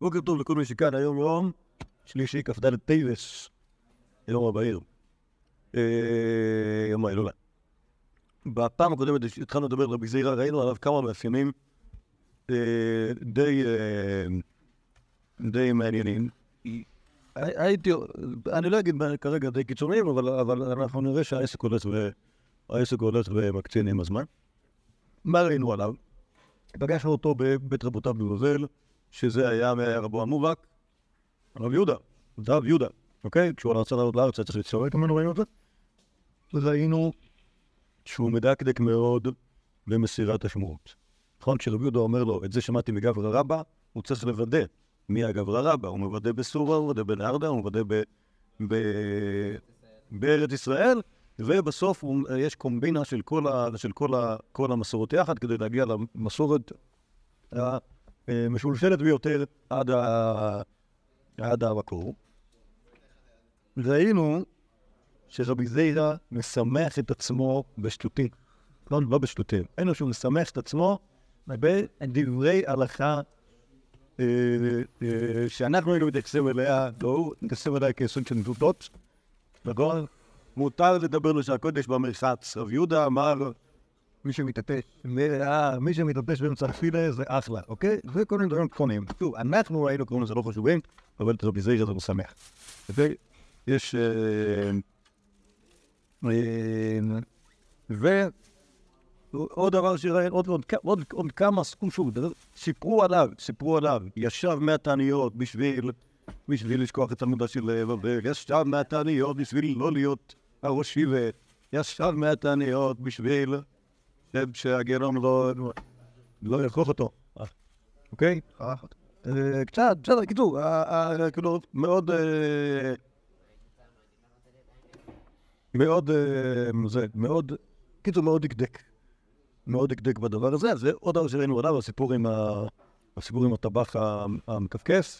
בוקר טוב לכל מי שכאן, היום יום שלישי, כ"ד טבת, יום הבהיר, יום ההילולה. בפעם הקודמת התחלנו לדבר על רבי זעירא, ראינו עליו כמה מאפיינים די מעניינים. אני לא אגיד כרגע די קיצוניים, אבל אנחנו נראה שהעסק הולך ומקצין עם הזמן. מה ראינו עליו? פגשנו אותו בבית רבותיו בבבל, שזה היה מהרבו המובהק, הרב יהודה, אוקיי? כשהוא רצה לעלות לארץ, צריך לצורק ממנו, ראינו את זה? ראינו שהוא מדקדק מאוד במסירת השמועות. נכון, כשרב יהודה אומר לו, את זה שמעתי מגברא רבא, הוא צריך לוודא מי הגברא רבא, הוא מוודא בסורה, הוא מוודא בנהרדה, הוא מוודא בארץ ישראל, ובסוף יש קומבינה של כל המסורות יחד, כדי להגיע למסורת המשולשלת ביותר עד המקור. ראינו שרבי זעירא משמח את עצמו בשטותים, לא בשטותים, ראינו שהוא משמח את עצמו בדברי הלכה שאנחנו היינו מתייחסים אליה, לא מתייחסים אליה כסוג של נבואות, נכון? מותר לדבר לו שהקודש במרחץ. רב יהודה אמר, מי שמתעטש באמצע תפילה זה אחלה, אוקיי? זה כל מיני דברים קטנים. טוב, אנחנו ראינו קוראים לזה לא חשובים, אבל את רבי זעירא זה משמח. יש... ועוד דבר שראינו, עוד כמה שוב, סיפרו עליו, ישב מהתעניות בשביל לשכוח את תלמודה של בבל, ישב מהתעניות בשביל לא להיות הראש שיבה, ישב מהתעניות בשביל שהגרום לא ירחוך אותו. אוקיי? קצת, בסדר, קיצור, מאוד דקדק. מאוד דקדק בדבר הזה. אז עוד דבר שראינו עליו, הסיפור עם הטבח המקפקף,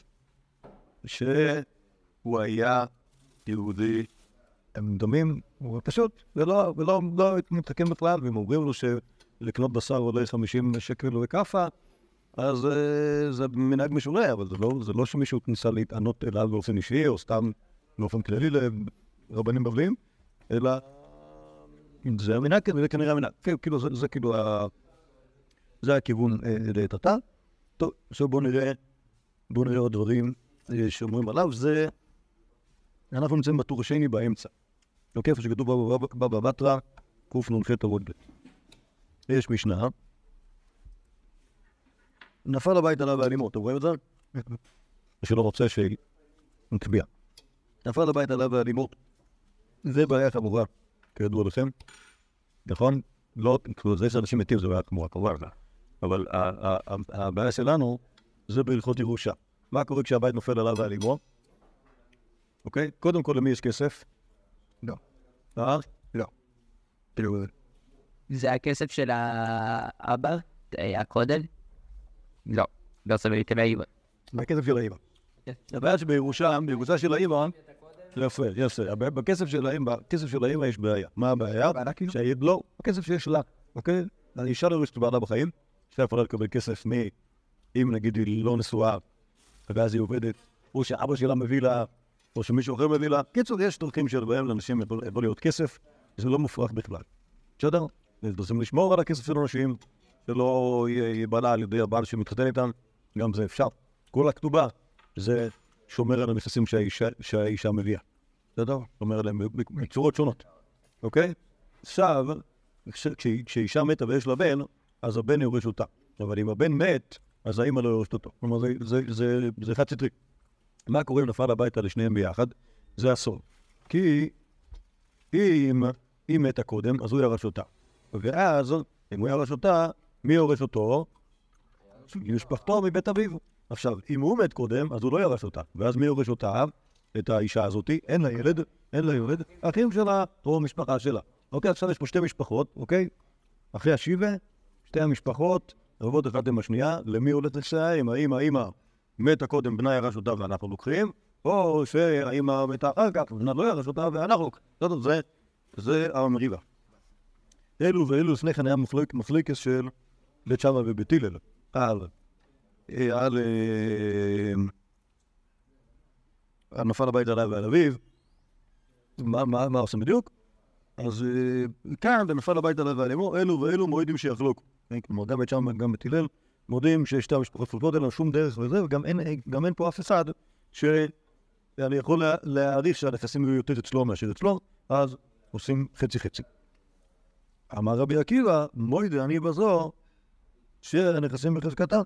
שהוא היה יהודי, הם דומים, הוא פשוט, ולא מתחכם בכלל, והם אומרים לו שלקנות בשר עולה 50 שקל וככה, אז זה מנהג משונה, אבל זה לא שמישהו כניסה להתענות אליו באופן אישי, או סתם באופן כללי לרבנים בבליים, אלא זה המנהג, זה כנראה המנהג. זה הכיוון להתעתה. טוב, עכשיו בואו נראה עוד דברים שאומרים עליו. זה, אנחנו נמצאים בטור השני באמצע. אוקיי, איפה שכתוב בבא בתרא, קנ"ח עמוד ב'. יש משנה. נפל הבית עליו באלימות, אתם רואים את זה? שלא רוצה שנצביע. נפל הבית עליו באלימות. זה בעיה חמורה, כידוע לכם. נכון? לא, זה שאנשים מתים זה בעיה חמורה, כמובן. אבל הבעיה שלנו זה בהלכות ירושה. מה קורה כשהבית נופל עליו באלימות? אוקיי? קודם כל, למי יש כסף? לא. לא. זה הכסף של האבא? הקודם? לא. לא סביר את האמא. זה הכסף של האמא. הבעיה שבירושה של האמא, יפה. בכסף של האמא יש בעיה. מה הבעיה? לא, הכסף שיש לה. אוקיי? האישה לא יורשת בעלה בחיים, שאתה יכולה לקבל כסף אם נגיד היא לא נשואה, ואז היא עובדת, או שאבא שלה מביא לה, או שמישהו אחר מביא לה. קיצור, יש דרכים שבהם לאנשים יכול להיות כסף, זה לא מופרך בכלל. בסדר? צריכים לשמור על הכסף של אנשים, שלא ייבלע על ידי הבעל שמתחתן איתם, גם זה אפשר. כל הכתובה, זה שומר על הנכסים שהאישה מביאה. בסדר? שומר עליהם בצורות שונות. אוקיי? עכשיו, כשאישה מתה ויש לה בן, אז הבן יורש אותה. אבל אם הבן מת, אז האמא לא יורשת אותו. כלומר, זה חד סטרי. מה קורה אם נפל הביתה לשניהם ביחד? זה אסור. כי אם היא מתה קודם, אז הוא ירש אותה. ואז, אם הוא ירש אותה, מי יורש אותו? משפחתו מבית אביו. עכשיו, אם הוא מת קודם, אז הוא לא ירש אותה. ואז מי יורש אותה? את האישה הזאת. אין לה ילד, האחים שלה או המשפחה שלה. אוקיי, עכשיו יש פה שתי משפחות, אוקיי? אחרי השיבה, שתי המשפחות, רבות אחת עם השנייה, למי הולדת לסיים? האם האמא מתה קודם, בנה ירש אותה ואנחנו לוקחים, או שהאמא מתה אחר כך, בנה לא ירש אותה ואנחנו לוקחים. זה המריבה. אלו ואלו לפני כן היה מפליקס של בית שמאי ובית הלל. על נפל הביתה עליו ועל אביו, מה עושים בדיוק? אז כאן, ונפל הביתה עליו ועל אמו, אלו ואלו מועידים שיחלוקו. כלומר, גם בית שמאי, גם בית הלל, מודיעים ששתי המשפחות חולקות, אין לנו שום דרך וזה, וגם אין פה אף אחד שאני יכול להעריך שהנכסים יהיו יותר אצלו מאשר אצלו, אז עושים חצי-חצי. אמר רבי עקיבא, מוידה אני בזו, שהנכסים בחזקתם.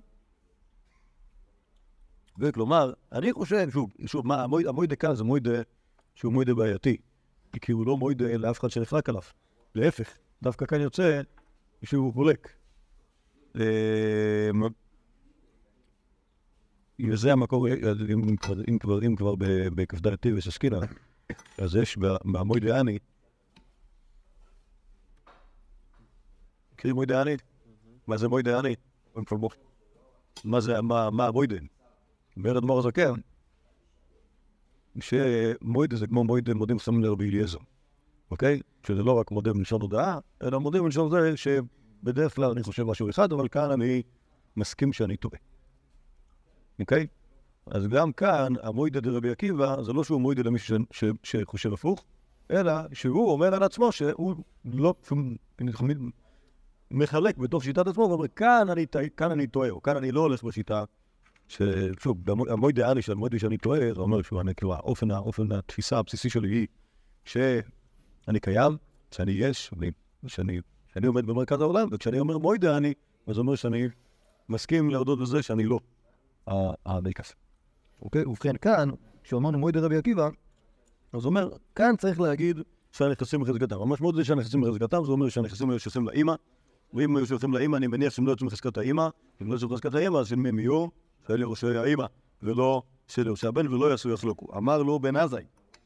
וכלומר, אני חושב, שוב, המוידה כאן זה מוידה שהוא מוידה בעייתי, כי הוא לא מוידה לאף אחד שנחלק עליו. להפך, דווקא כאן יוצא שהוא חולק. וזה המקור, אם כבר בכ"ד טיבס עסקינן, אז יש במוידה אני, מכירים מוידה אני? מה זה מוידה אני? מה המוידה? אומר אדמו"ר הזקן, שמוידה זה כמו מודים שמים לרבי אליעזר, אוקיי? שזה לא רק מודה מלשון הודעה, אלא מודה מלשון זה שבדרך כלל אני חושב משהו אחד, אבל כאן אני מסכים שאני טועה. אוקיי? אז גם כאן, המוידה דרבי עקיבא, זה לא שהוא מוידה למישהו שחושב הפוך, אלא שהוא אומר על עצמו שהוא לא, מחלק בתוך שיטת עצמו, ואומר, כאן אני טועה, או כאן אני לא הולך בשיטה, שוב, המוידה אני, שהמוידה שאני טועה, זה אומר שהוא, האופן התפיסה הבסיסי שלי היא, שאני קיים, שאני יש, שאני עומד במרכז העולם, וכשאני אומר מוידה אני, אז אומר שאני מסכים להודות לזה שאני לא המרכז. אוקיי? ובכן, כאן, כשאמרנו מוידה רבי עקיבא, אז אומר, כאן צריך להגיד שהנכסים בחזקתם. המשמעות זה שהנכסים בחזקתם, זה אומר שהנכסים היו שייכים לאמא, ואם היו שייכים לאמא, אני מניח שהם לא יוצאים מחזקת האמא, אם לא יוצאים מחזקת האמא, אז הם יהיו של יורשי האמא, ולא של יורשי הבן, ולא יעשו יחלוקו. אמר לו בן עזאי,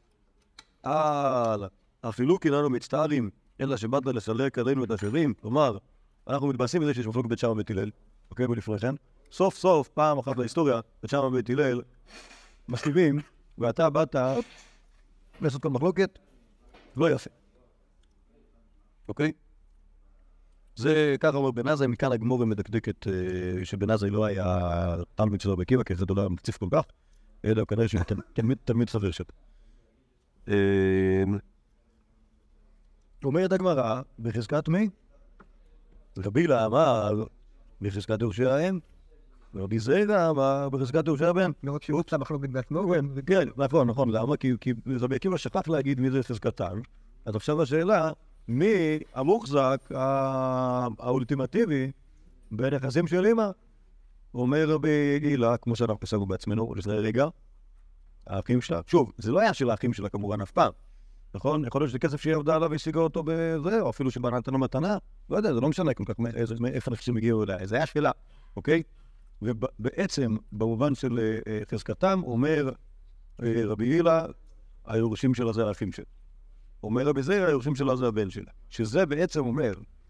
אפילו כי לנו מצטערים, אלא שבאת לסלק עלינו את השירים, כלומר, אנחנו מתבאסים בזה שיש מחלוקת בית שמאי ובית הלל, אוקיי, ולפני כן, סוף סוף, פעם אחת בהיסטוריה, בית שמאי ובית הלל מסכימים, ואתה באת לעשות כל מחלוקת, לא יפה. אוקיי? זה ככה אומר בן עזאי, מכאן הגמור ומדקדקת שבן עזאי לא היה תלמיד שלו בקיבה, כי זה לא מציף כל כך, אלא כנראה שתלמיד סביר שלו. אומרת הגמרא, בחזקת מי? רבי הילה אמר, בחזקת יורשי האם, ורבי זיירא אמר, בחזקת יורשי הבן. לא שהוא עושה מחלוקת בעצמו? כן, נכון, למה? כי רבי עקיבא שכח להגיד מי זה חזקתם, אז עכשיו השאלה, מי המוחזק האולטימטיבי בנכסים של אמא? אומר רבי הילה, כמו שאנחנו פסקנו בעצמנו, לפני רגע, האחים שלה, שוב, זה לא היה של האחים שלה כמובן אף פעם, נכון? יכול להיות שזה כסף שהיא עבדה עליו והשיגה אותו בזה, או אפילו שבנה נתנה מתנה, לא יודע, זה לא משנה כל כך מאיפה הנכסים הגיעו אליה, זה היה שלה, אוקיי? ובעצם, במובן של חזקתם, אומר רבי הילה, היורשים שלה זה האחים שלה. אומר רבי זיירא, היורשים שלה זה הבן שלה. שזה בעצם אומר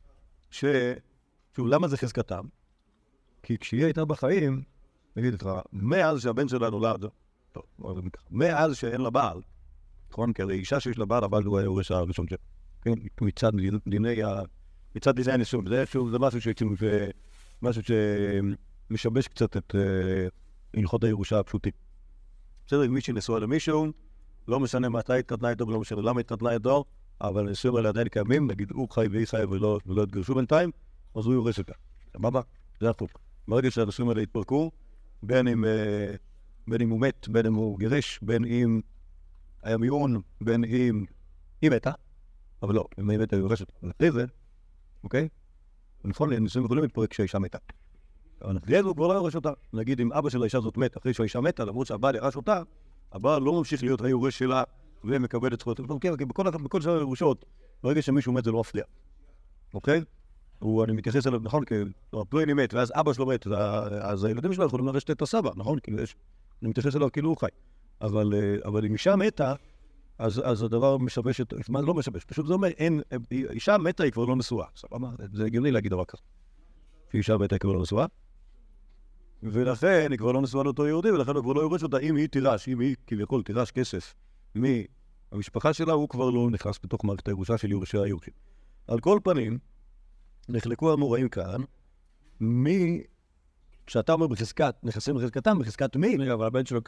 למה זה חזקתם? כי כשהיא הייתה בחיים, נגיד לך, מאז שהבן שלה נולד, מאז שאין לה בעל, נכון? כי הרי אישה שיש לה בעל, הבעל הוא היורש הראשון שלה. כן? מצד דיני הנישואין. זה משהו שמשבש קצת את הלכות הירושה הפשוטים. בסדר, אם מישהי נשואה למישהו, לא משנה מתי התחתנה איתו ולא משנה למה התחתנה איתו, אבל הנישואים האלה עדיין קיימים, נגיד הוא חי והיא חי ולא התגרשו בינתיים, אז הוא יורש אותה. סבבה? זה החוק. ברגע שהנישואים האלה התפרקו, בין אם הוא מת, בין אם הוא גירש, בין אם היה מיון, בין אם היא מתה, אבל לא, אם היא מתה היא יורשת. אחרי זה, אוקיי? ונכון, הנישואים יכולים להתפרק כשהאישה מתה. אבל אחרי זה הוא כבר לא יורש אותה. נגיד, אם אבא של האישה הזאת מת, אחרי שהאישה מתה, למרות שהבעל ירש אותה, הבעל לא ממשיך להיות היורש שלה ומקבל את זכויות. כי בכל שאר הירושות, ברגע שמישהו מת זה לא מפריע. אוקיי? אני מתייחס אליו, נכון? כי פלוני מת, ואז אבא שלו מת, אז הילדים שלו יכולים לרשת את הסבא, נכון? אני מתייחס אליו כאילו הוא חי. אבל אם אישה מתה, אז הדבר משבש את... מה לא משבש? פשוט זה אומר, אישה מתה היא כבר לא נשואה. סבבה? זה הגיוני להגיד דבר כזה. שאישה מתה היא כבר לא נשואה. ולכן היא כבר לא נשואה לאותו יהודי, ולכן הוא כבר לא יורש אותה. אם היא תירש, אם היא כביכול תירש כסף מהמשפחה שלה, הוא כבר לא נכנס בתוך מערכת הירושה של יורשי היורשים. על כל פנים, נחלקו המוראים כאן, כשאתה אומר בחזקת, נכנסים בחזקתם, בחזקת מי? אבל הבן שלו כן?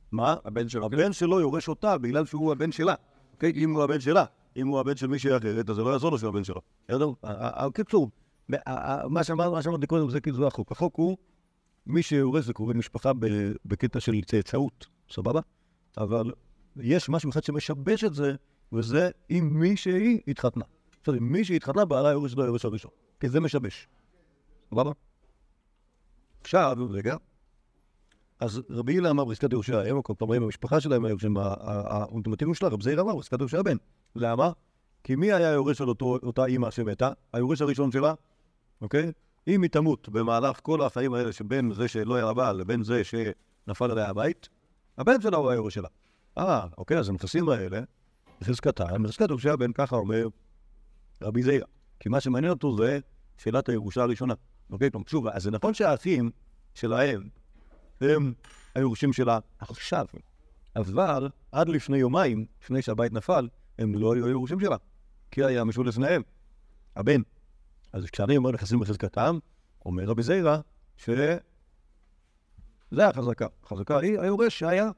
מה? הבן שלו יורש אותה בגלל שהוא הבן שלה. אוקיי? אם הוא הבן שלה. אם הוא הבן של מישהי אחרת, אז זה לא יעזור לו שהוא הבן שלו. קיצור, מה שאמרתי קודם זה כאילו זה החוק. החוק הוא, מי שיורש זה קורא משפחה בקטע של צאצאות, סבבה? אבל יש משהו אחד שמשבש את זה, וזה אם מישהי התחתנה. עכשיו, אם מישהי התחתנה, בעלה יורש לא יורש הראשון. כי זה משבש. סבבה? עכשיו, רגע. אז רבי הילה אמר בעסקת יורשי האם, כל פעם רואים המשפחה שלהם, האולטימטיביים שלה, רבי זעיר אמר בעסקת יורשי הבן. למה? כי מי היה היורש של אותה אימא שמתה? היורש הראשון שלה, אוקיי? אם היא תמות במהלך כל החיים האלה שבין זה שלא היה הבעל לבין זה שנפל עליה הבית, הבן שלה הוא היורש שלה. אוקיי, אז הנכסים האלה, בחזקתם, בחזקת יורשי הבן, ככה אומר רבי זעיר. כי מה שמעניין אותו זה שאלת הירושה הראשונה. אוקיי? שוב, אז זה נכון שהאחים שלהם הם היורשים שלה עכשיו. אבל עד לפני יומיים, לפני שהבית נפל, הם לא היו היורשים שלה. כי היה משהו לפניהם, הבן. אז כשאני אומר נכסים בחזקתם, אומר רבי זעיר שזה החזקה. החזקה היא היורש שהיה.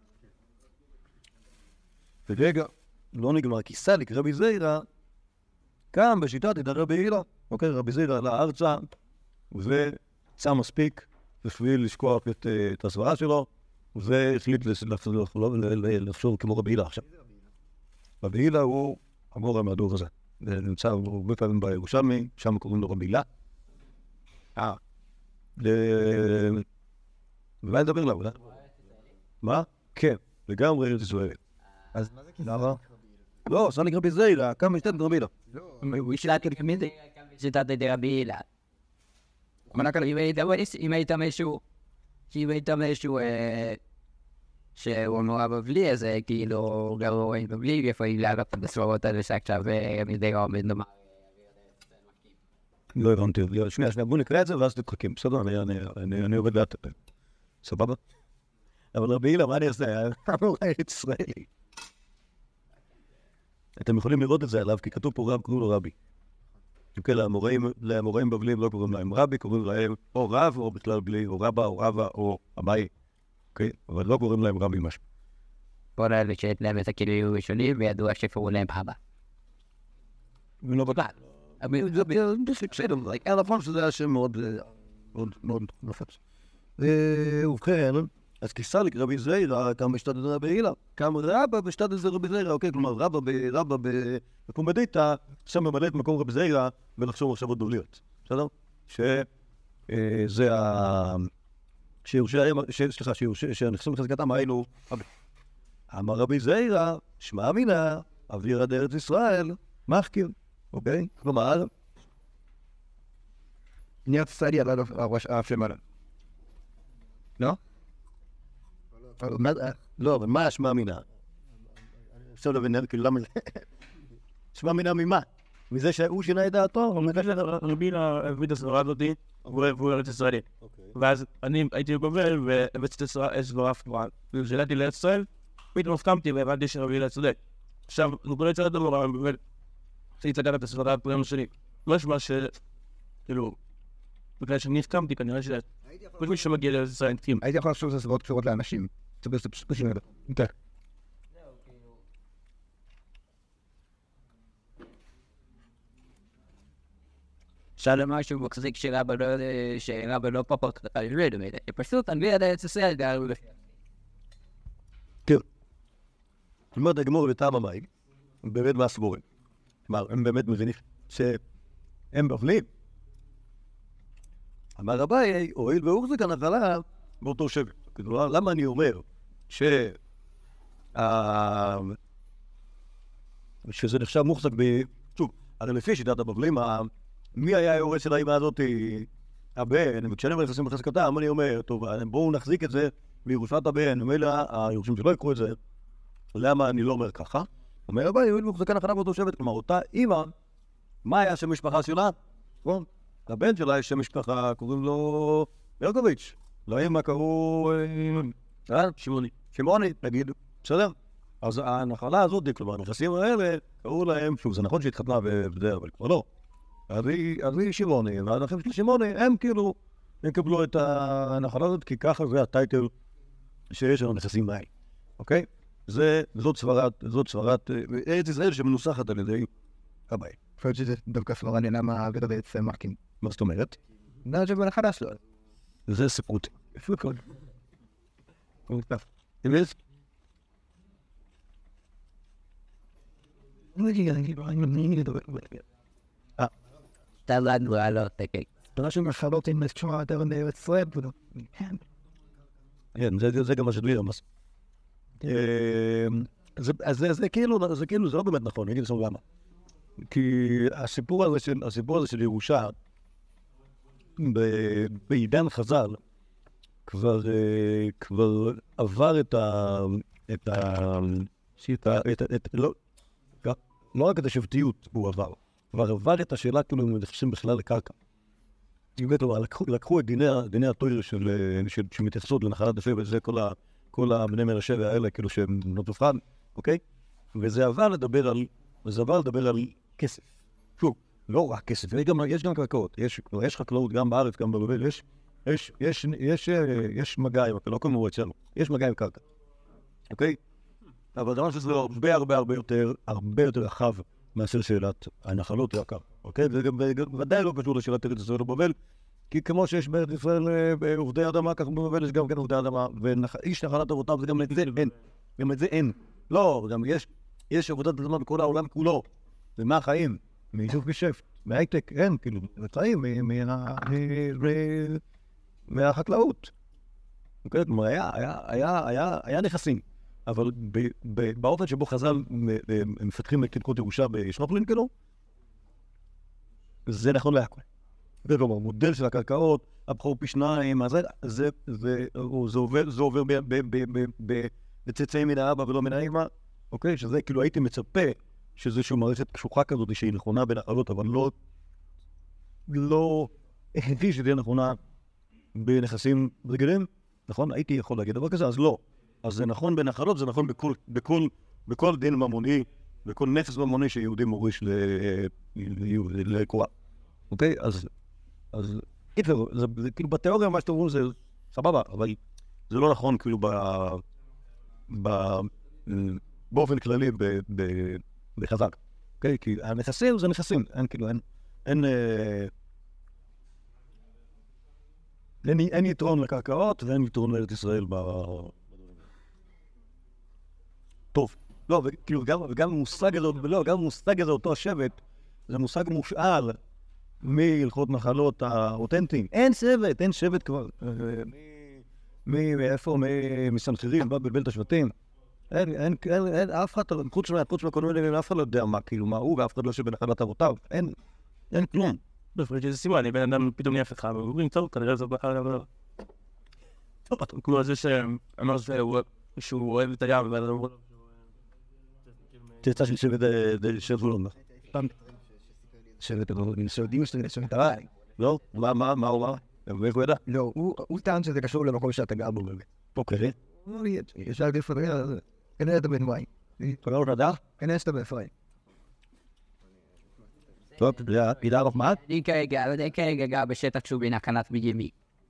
ורגע, לא נגמר, כי סליק רבי זעיר קם בשיטת את רבי הילה. אוקיי, רבי זעיר עלה ארצה, וצא מספיק בשביל לשכוח את הסברה שלו, והחליט לחשוב כמו רבי הילה עכשיו. רבי הילה הוא המורה מהדור הזה. זה נמצא הרבה פעמים בירושלמי, שם קוראים לו רבי הילה. ומה נדבר לה, אולי? מה? כן, לגמרי ארץ ישראל. אז מה זה למה? לא, סליק רבי זעיר, קם בשיטת רבי הילה. הוא ישלט כמדי, שיטת רבי הילה. אם היית משהו שהוא נורא בבלי, אז כאילו גרוע עם בבלי, ויכולים להגעת את הסברות האלה שעכשיו מדי עומד נאמר. לא הבנתי, שנייה, בוא נקרא את זה ואז תתחכים, בסדר? אני עובד לאט, סבבה? אבל רבי הילה, מה אני אעשה? המורה ישראלי. אתם יכולים לראות את זה עליו, כי כתוב פה רב, קוראים לו רבי. אוקיי, למוראים בבלים לא קוראים להם רבי, קוראים להם או רב, או בכלל בלי, או רבא, או רבא, או אביי. אוקיי? אבל לא קוראים להם רבי משהו. כל האלה שיש להם את הכלים ראשונים, וידוע שקראו להם אבא. ולא בכלל. זה בסדר, על הפעם שזה היה שם מאוד נפץ. ובכן, אז כסליק רבי זעיר קם בשתת רבי הילה, קם רבא בשתת רבי זעיר, אוקיי? כלומר, רבא בפומדיתא, שם ממלא את מקום רבי זעיר ולחשוב מחשבות בבליות. בסדר? שזה שהנכסים בחזקתם היינו, אמר רבי זעיר, שמע אמינא, אוויר עד ארץ ישראל, מחכיר, אוקיי? כלומר, נהיה צעדי על האף שמעלה. לא? לא, אבל מה שמע אמינא? עכשיו לבנר, כאילו למה... שמע אמינא ממה? מזה שהוא שינה את דעתו? רבי הביא את הסברה הזאתי, והוא ארץ ישראלי. ואז אני הייתי בגובל והבאתי את הסברה פתורה. וכשהגעתי לארץ ישראל, פתאום הסכמתי והבנתי שרבי הילה צודק. עכשיו, הוא קורא את זה לדבר, אבל רציתי לצגת את הסברה הפעמים שלי. לא יש מה ש... כאילו... בגלל שאני הסכמתי, כנראה שזה... כל מי שמגיע לארץ ישראל נתקים. הייתי יכול לחשוב שזה סברות קשורות לאנשים. זה פשוט קשים לדבר. כן. שאלה משהו מחזיק שרבא לא פחות חלרד, פשוט אני ליד ארץ ישראל גרו לפי. כן. אומרת הגמור וטעם המים, הם באמת מהסבורים. כלומר, הם באמת מבינים שהם בבלים. אמר אביי, הואיל והוחזק הנחלה באותו שבט. כלומר, למה אני אומר שזה נחשב מוחזק שוב, הרי לפי שיטת הבבלים, מי היה היורש של האמא הזאת? הבן, וכשאני אומר נכסים בחזקתם, אני אומר, טוב, בואו נחזיק את זה בירושת הבן, ומילא היורשים שלא יקחו את זה, למה אני לא אומר ככה? אומר אביי, הואיל והוחזק הנחלה באותו שבט, כלומר, אותה אמא, מה היה שם משפחה שלה? נכון? לבן שלה יש שם משפחה, קוראים לו ברקוביץ'. לאמא קראו... שמעוני, נגיד. בסדר? אז הנחלה הזאת, כלומר, הנכסים האלה, קראו להם, שוב, זה נכון שהתחתנה בבדר, אבל כבר לא. אז היא שמעוני, והאחים של שמעוני, הם כאילו יקבלו את הנחלה הזאת, כי ככה זה הטייטל שיש לנו נכסים האלה. אוקיי? זאת סברת ארץ ישראל שמנוסחת על ידי הבית. יכול להיות שזה דווקא סברה עניינה מה הגדה בעצם מקים. מה זאת אומרת? זה בן החדש לו. זה ספרות. איפה הכל? תמיד? אתה לנו על תקן. תראה שמחלות עם תשומה יותר מארץ ישראל. כן, זה גם מה שדביר אמס. אז זה כאילו, זה לא באמת נכון, אני אגיד לך למה. כי הסיפור הזה של ירושה, בעידן חז"ל, כבר עבר לא רק את השבטיות הוא עבר, כבר עבר את השאלה כאילו אם מתייחסים בכלל לקרקע. לקחו את דיני התויר שמתייחסות לנחלת יפה, וזה כל הבני מנשה והאלה כאילו שהם לא תופחד, אוקיי? וזה עבר לדבר על כסף. שוב, לא רק כסף, יש גם קרקעות, יש חקלאות גם בארץ, גם בבבל, יש מגע עם, לא כמו אצלנו, יש מגע עם קרקע, אוקיי? אבל דבר שזה הרבה יותר רחב מאשר שאלת הנחלות והקרקע, אוקיי? זה גם ודאי לא קשור לשאלת ארץ ישראל ובבל, כי כמו שיש בארץ ישראל עובדי אדמה, כך בבבל יש גם כן עובדי אדמה, ואיש נחלת אבותיו זה גם את זה אין, גם את זה אין. לא, גם יש עבודת אדמה בכל העולם כולו, ומה החיים? מיישוב כשפט, מהייטק, אין, כאילו, חיים מהחקלאות. אוקיי? כלומר, היה נכסים, אבל באופן שבו חז"ל מפתחים את הלכות ירושה בשנופלין כאילו, זה נכון להכל. כלומר, מודל של הקרקעות, הבחור פי שניים, זה עובר בצאצאים מן האבא ולא מן האמא, אוקיי? שזה כאילו הייתי מצפה שזה איזושהי מערכת קשוחה כזאת שהיא נכונה בנחלות, אבל לא הכרחי שתהיה נכונה בנכסים רגילים, נכון? הייתי יכול להגיד דבר כזה, אז לא. אז זה נכון בנחלות, זה נכון בכל דין ממוני, בכל נכס ממוני שיהודי מוריש לקורה. אוקיי? אז כאילו בתיאוריה מה שאתם אומרים זה סבבה, אבל זה לא נכון כאילו באופן כללי בחזק. אוקיי? כי הנכסים זה נכסים, אין יתרון לקרקעות ואין יתרון לארץ ישראל טוב. לא, וכאילו גם המושג הזה, גם המושג הזה, אותו השבט, זה מושג מושאל מהלכות נחלות האותנטיים. אין שבט כבר. מאיפה? מסנחריב, בא בלבל את השבטים. אין, אף אחד, חוץ מהקולוניאלים, אף אחד לא יודע מה, כאילו, מה הוא, ואף אחד לא יושב בנחלת אבותיו. אין כלום. שזה סימן, אני בן אדם פתאום נהיה פתחה, ואומרים, טוב, כנראה זה בכלל טוב, כמו זה שאמר שהוא אוהב את הים, ואני אומר לו תצא של שבט זבולון. שבט הרעי. לא? מה הוא אמר? ואיך הוא ידע? לא, הוא טען שזה קשור למקום שאתה גר בו באמת. אוקיי. יש לך לפריה, כנראה אתה בן וואי. אתה לא יודע? כנראה שאתה בן פראי. טוב, ידע לך מה? אני כרגע גר בשטח שהוא בין הקנת בגמי.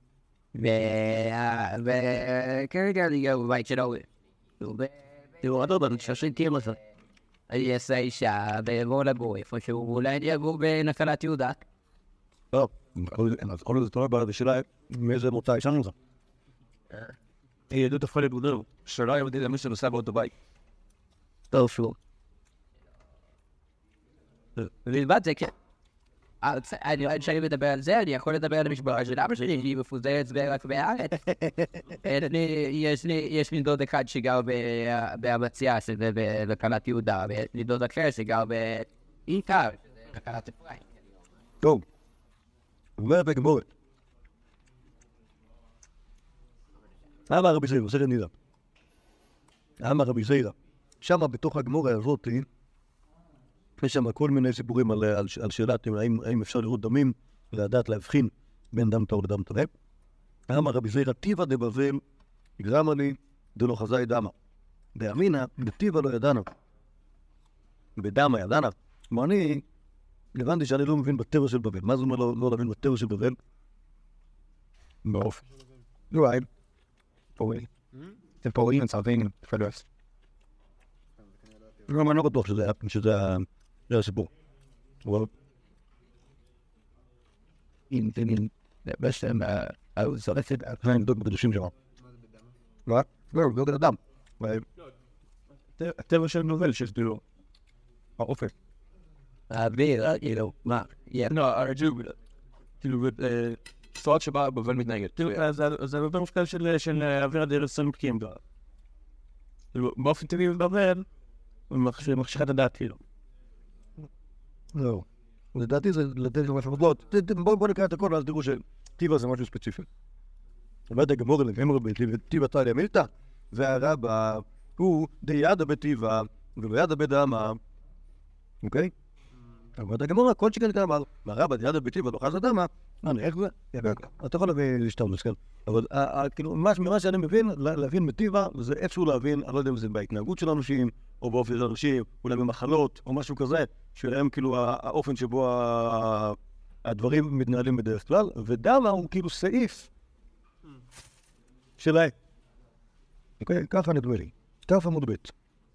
וכרגע אני גר בבית של ההורים. אני חושב שתהיה לזה. אני אעשה אישה ואעבור לגור איפה שהוא, אולי אני אגור בנחלת יהודה. טוב, אז כל זה תורה בעד השאלה מאיזה מוצא ישנו לך. ידעו הפכה לגודל, שאלה יהודית למי שנוסע באותו בית. טוב שוב. ולבד זה כן. כשאני מדבר על זה, אני יכול לדבר על המשפחה של אבא שלי, היא מפוזרת בערך בארץ. יש לי דוד אחד שגר באמציה, שזה בקנת יהודה, ויש לי דוד אחר שגר בעיקר, שזה בקנת אפרים. טוב. אומר בגמורת. אמר רבי זעירא, מסכת נידה. אמר רבי זעירא. שמה בתוך הגמורה הזאת, יש שם כל מיני סיפורים על שאלת האם אפשר לראות דמים ולדעת להבחין בין דם טהור לדם טמא. אמר רבי זעירא, טיבא דבבל גרמה לי דלא חזאי דמא. באמינא דטיבא לא ידענה. בדמא ידענה. כלומר, אני הבנתי שאני לא מבין בטבע של בבל. מה זה אומר לא להבין בטבע של בבל? באופן. לא, פורעים, צרפים, פלוס. לא, אני לא בטוח שזה הסיפור. אבל... אם בעצם, זורקת, אני נבדוק בקדושים שם. מה? לא, לא בן אדם. הטבע של נובל שיש כאילו. האופן. האוויר, כאילו, מה? לא, הרג'וב, כאילו, צורת שבה בבל מתנהגת. זה הרבה משקל של אוויר הדרך סלוקים. באופן טבעי בבל, הוא מחשיכה את הדעת, כאילו. לא. לדעתי זה לתת לו משהו. לא, בואו נקרא את הכל, ואז תראו שטיבה זה משהו ספציפי. באמת הגמור לגמרי בטיבה תליה מילתא, והרבא הוא דידה בטיבה, ולא ידה בדמה. אוקיי? אבל הגמור, הכל שכן אמר, והרבא דידה בטיבה, לא חז אדמה, איך זה? אתה יכול להביא להשתמש, כן? אבל כאילו, ממה שאני מבין, להבין בטיבה, זה איפשהו להבין, אני לא יודע אם זה בהתנהגות של אנשים, או באופן של אנשים, אולי במחלות, או משהו כזה, שלהם כאילו האופן שבו הדברים מתנהלים בדרך כלל, ודמה הוא כאילו סעיף שלהם. אוקיי? ככה נדמה לי. ככה עמוד ב'.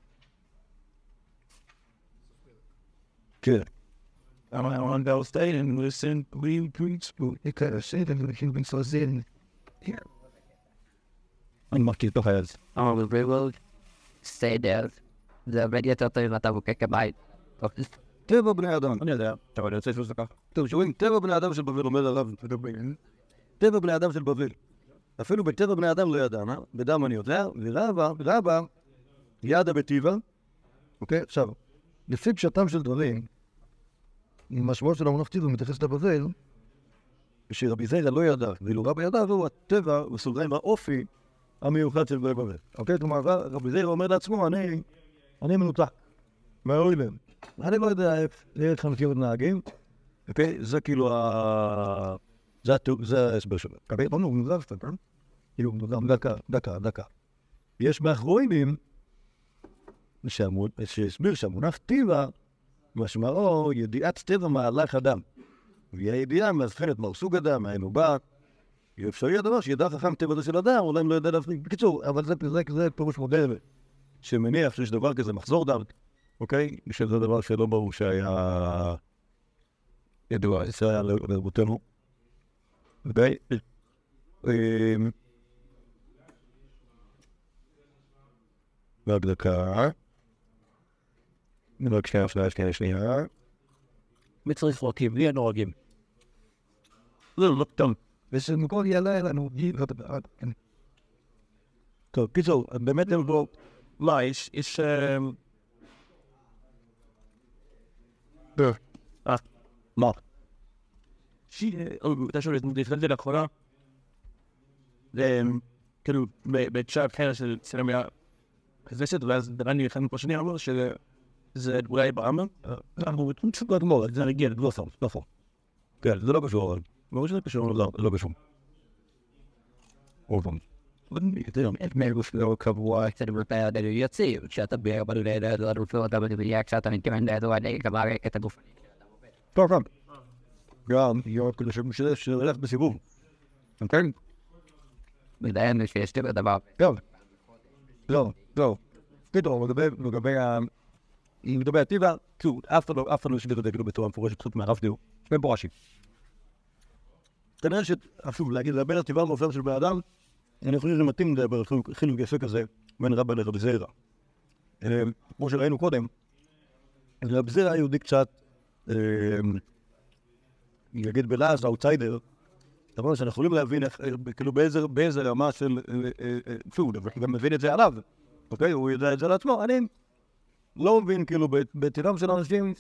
כן. On those days, and listen, we preach. Ik zei dat we geen zo zin. אני מכיר תוך היד. אבל בריבול, stay there. זה הרבה יותר טוב אם אתה בוקק הבית. טבע בני אדם. אני יודע, אתה יודע, יוצא שזה ככה. טוב, שרואים, טבע בני אדם של בבל אומר הרב. טבע בני אדם של בבל. אפילו בטבע בני אדם לא ידע, בדם אני יודע, ורבא, ידע בטיבה. אוקיי, עכשיו, לפי פשטם של דברים, משמעות של המונח טיבה מתייחס לבבל, שרבי זיירא לא ידע, ואילו רבא ידע, והוא הטבע, בסוגריים האופי, המיוחד של בבל. אוקיי, כלומר, רבי זיירא אומר לעצמו, אני מנותק. מהאוילם. אני לא יודע איך חנקים את נהגים, אוקיי? זה כאילו זה ההסבר שלו. אוקיי? לא, הוא נזר סתם, כאילו, דקה. יש מאחורינים שהסביר שהמונח טיבה, משמעו ידיעת טבע מהלך אדם. והיא הידיעה מאבחנת מהו סוג אדם, מאין הוא בא. אפשרי הדבר שידע חכם טבע זה של אדם, אולי הם לא יודע להבחין. בקיצור, אבל זה פירוש מודרני, שמניח שיש דבר כזה מחזור דם. אוקיי? שזה דבר שלא ברור שהיה ידוע, זה היה לרבותינו. אוקיי? רק דקה. רק שנייה. מי צריך חוקים? לי הנוהגים. לא טוב. ושמכל יעלה לנו, טוב, קיצור, באמת הם פה... לא, יש... מה? אתה שואל, התחלתי לאחרונה, כאילו, בצ'אפ חרא של סינמיה חזשת, ואז דרני אחד מפה שני אמר שזה אולי ברמב"ם. אנחנו פשוט לא אדמור, זה רגיל, לא סוף. כן, זה לא קשור, אבל... ברור שזה קשור, לא קשור. עוד פעם. מלגוס לא קבוע, קצת מרפאה דלו יציב, שאתה בייר בלולדה, לא רופא אותה בדברייה, כשאתה מתכוון לדו עדי, כבר את הגוף. טוב. גם, יור כאילו שהולך בסיבוב. כן? מדיין שיש לי בדבר. לא. פתאום, לגבי הטיבה, כאילו, אף אחד לא ישליך את זה כאילו בצורה מפורשת, חוץ מהרב דיור. שני פורשים. כנראה שאפילו לדבר על הטיבה המופר של בן אדם, אני חושב שזה מתאים לדבר חילוק יפה כזה בין רבא לרבי זיירא. כמו שראינו קודם, רבי זיירא היהודי קצת, נגיד בלעז, האוטסיידר, דבר שאנחנו יכולים להבין כאילו באיזה רמה של, הוא גם מבין את זה עליו, אוקיי? הוא יודע את זה לעצמו, אני לא מבין כאילו בטבעם של אנשים,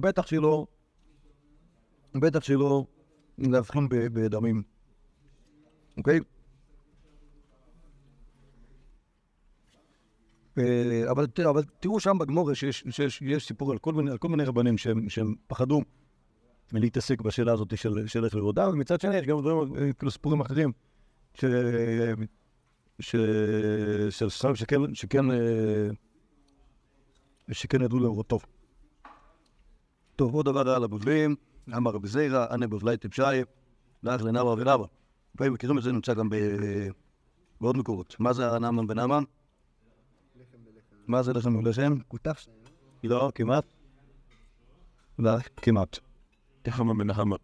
בטח שלא להבחין בדמים, אוקיי? אבל תראו שם בגמורה שיש סיפור על כל מיני רבנים שהם פחדו להתעסק בשאלה הזאת של איך לרודה, ומצד שני יש גם דברים, כאילו סיפורים אחרים שכן ידעו לראות טוב. טוב, עוד דבר על הבבלים, אמר רבי זיירא, אני בבלי טיפשי, לאח לנאמן ונאמן. לפעמים מכירים את זה, נמצא גם בעוד מקורות. מה זה נאמן ונאמן? מה זה לחם ולחם? כותף. לא, כמעט. לא, כמעט. תחמה בנחמה.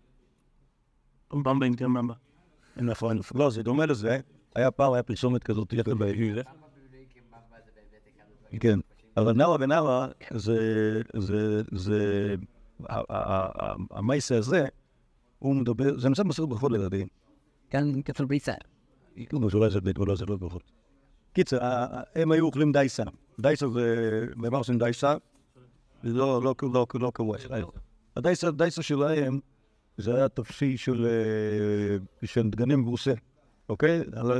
במבה אינטר ממבה. נכון, לא, זה דומה לזה. היה פעם, היה פרסומת כזאת, כן, אבל נאווה ונאווה, זה, המייסה הזה, הוא מדבר, זה נמצא בסרט ברכות לילדים. כאן כפל ביצה. אולי זה לא ברכות. קיצר, הם היו אוכלים דייסה. דייסה זה, במה עושים דייסה? לא קבוע. הדייסה שלהם, זה היה תפשי של דגנים גרוסה, אוקיי?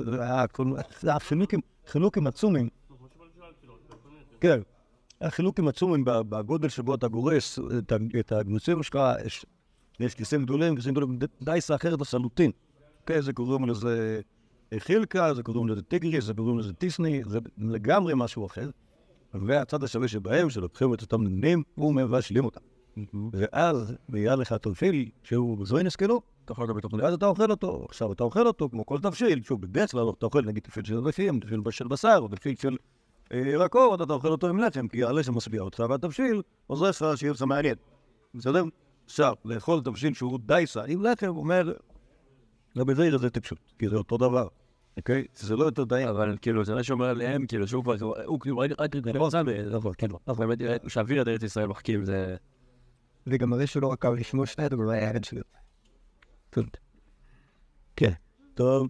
חילוקים עצומים. כן, חילוקים עצומים בגודל שבו אתה גורס את הגרוסים שלך, יש כיסים גדולים, דייסה אחרת לחלוטין. אוקיי, זה קוראים לזה חילקה, זה קוראים לזה טיגריס, זה קוראים לזה טיסני, זה לגמרי משהו אחר. והצד השווה שבהם, שלוקחים את אותם דגנים, הוא מבשלים אותם. ואז נהיה לך תבשיל שהוא זוינס כאילו, ואז אתה אוכל אותו. עכשיו אתה אוכל אותו כמו כל תבשיל, שוב, בדרך כלל אתה אוכל נגיד תבשיל של רפים, תבשיל של בשר, או תבשיל של ירקות, אתה אוכל אותו עם לחם, כי הלחם משביע אותך, והתבשיל עוזר לך שיהיה לך מעניין. בסדר? עכשיו, לאכול תבשיל שהוא דייסה עם לחם, הוא אומר, לבזיר הזה טיפשות, כי זה אותו דבר. אוקיי? זה לא יותר דיין. אבל כאילו, זה מה שאומר עליהם, כאילו, שהוא כבר, הוא כאילו, רק באמת, שאוויר את ארץ ישראל מחכים, זה... וגם הרי שלא רק לשמוע שני הדבר, היה הרד שלו. כן, טוב.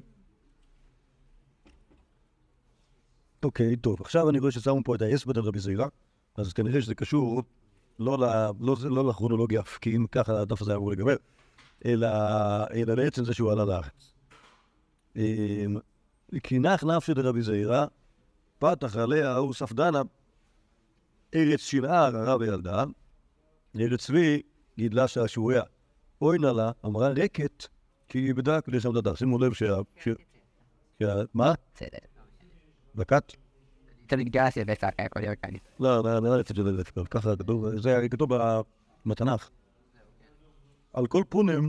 אוקיי, טוב. עכשיו אני רואה ששמו פה את היסבד על רבי זעירא, אז כנראה שזה קשור לא לכרונולוגיה, כי אם ככה הדף הזה אמור לגמר, אלא בעצם זה שהוא עלה לארץ. כי נח נפשי דרבי זעירא, פתח עליה הוא ספדנה, ארץ שלער הרב וילדה, ארץ צבי גידלה שעשועיה. אוי נלה, אמרה רקת, כי היא איבדה כדי שמדדה. שימו לב מה? בסדר. דקת? אתה מתגרס לבצע הכל ירקני. לא, ככה כתוב, זה כתוב בתנ"ך. על כל פונים,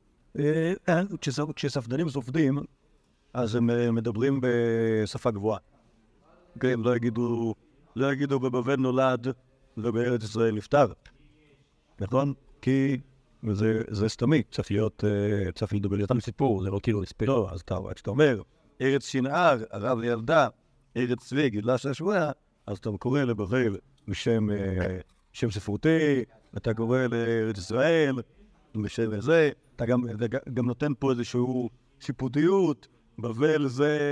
כשספדנים סופדים, אז הם מדברים בשפה גבוהה. כן, לא יגידו בבבל נולד ובארץ ישראל נפטר. נכון? כי זה סתמי, צריך לדבר יותר מסיפור, זה לא כאילו לספר. לא, אז כשאתה אומר, ארץ שנער, הרב וילדה, ארץ צבי, גידלה שעשועיה, אז אתה קורא לבבל בשם ספרותי, אתה קורא לארץ ישראל בשם זה, אתה גם נותן פה איזשהו שיפוטיות, בבל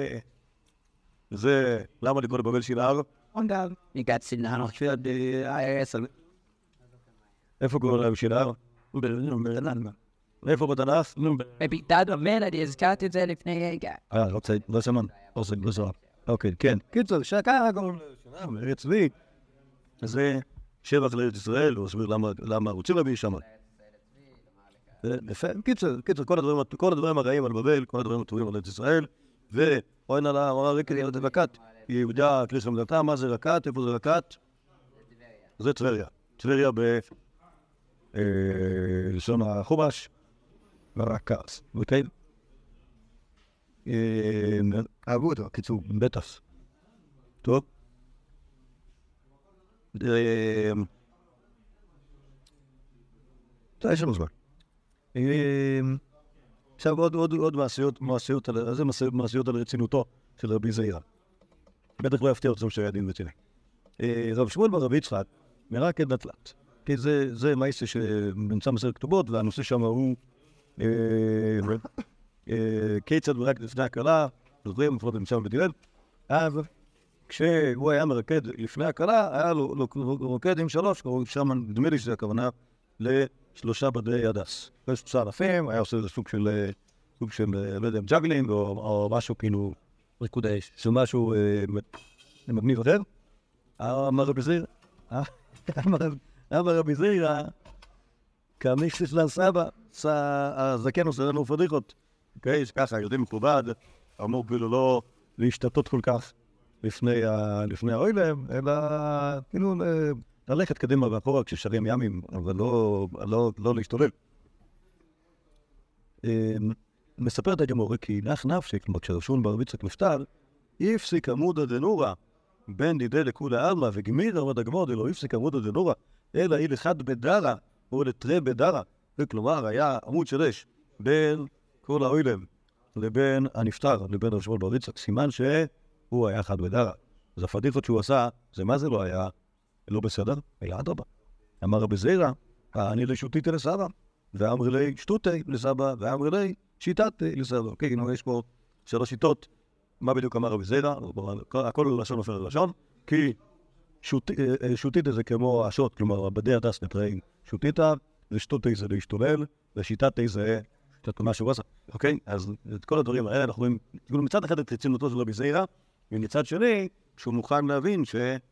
זה, למה לקרוא לבבל שנער? הגעתי לנהר חשביות ב-IRS. איפה קוראים להם שנער? איפה בתנ"ך? בביתת אומר, אני הזכרתי את זה לפני רגע. לא סמן. אוקיי, כן. קיצור, שככה קוראים לשנער, ארץ צבי. זה שבח לארץ ישראל, הוא הסביר למה רוצים להביא שם. קיצור, כל הדברים הרעים על בבל, כל הדברים הטובים על ארץ ישראל, ואוי נלה, אמרה רקת ילד רקת, יהודה כלי חמדתה, מה זה רקת? איפה זה רקת? זה טבריה. טבריה בלשון החומש, ורקת. אוקיי? אהבו אותו, קיצור. בטח. טוב. יש לנו זמן. עכשיו עוד מעשיות על רצינותו של רבי זעירא. בטח לא יפתיע אותם שהיה דין רציני. רב שמואל בר רבי יצחק מרק את דתלת. כי זה מעשה שנמצא בספר כתובות, והנושא שם הוא כיצד ורק לפני הכלה, זוכרים, לפחות נמצא בבית הלל. כשהוא היה מרקד לפני הכלה, היה לו רוקד עם שלוש, שם נדמה לי שזה הכוונה לשלושה בדי הדס. יש שלושה ענפים, היה עושה איזה סוג של, לא יודע, ג'אגלינג, או משהו כאילו, ריקוד האש, של משהו מגניב אחר. אמר רבי זעירא, כמישהו של הסבא, הזקן עושה לנו פדיחות. אוקיי, שככה, יודעים מכובד, אמור כאילו לא להשתתות כל כך לפני האוילם, אלא כאילו ללכת קדימה ואחורה כששרים ימים, אבל לא להשתולל. מספרת הגמורה כי נח נפשי, כלומר כשרב שמואל בר רבי יצחק נפטר, הפסיק עמודא דנורא בין דידי לכולי עלמא וגמיר עמד הגמור דלא יפסק עמודא דנורא אלא היא לחד בדרא או לתרי בדרא. כלומר, היה עמוד שרש בין כל האוילם לבין הנפטר, לבין רב שמואל בר יצחק, סימן שהוא היה חד בדרא. אז הפדיחות שהוא עשה, זה מה זה לא היה לא בסדר? אלא אדרבה. אמר רבי זיירא, אני לשוטיתי לסבא, ואמר לי שטותי לסבא, ואמר לי שיטתי לסבא. כן, יש פה 3 שיטות. מה בדיוק אמר רבי זיירא? הכל לשון הופך ללשון, כי שוטיתי זה כמו השוט, כלומר, בדי הדס נתראים שוטיתה, ושטותי זה להשתולל, ושיטתי זה מה שהוא עשה. אוקיי? אז את כל הדברים האלה אנחנו רואים, מצד אחד את רצינותו של רבי זיירא, ומצד שני, שהוא מוכן להבין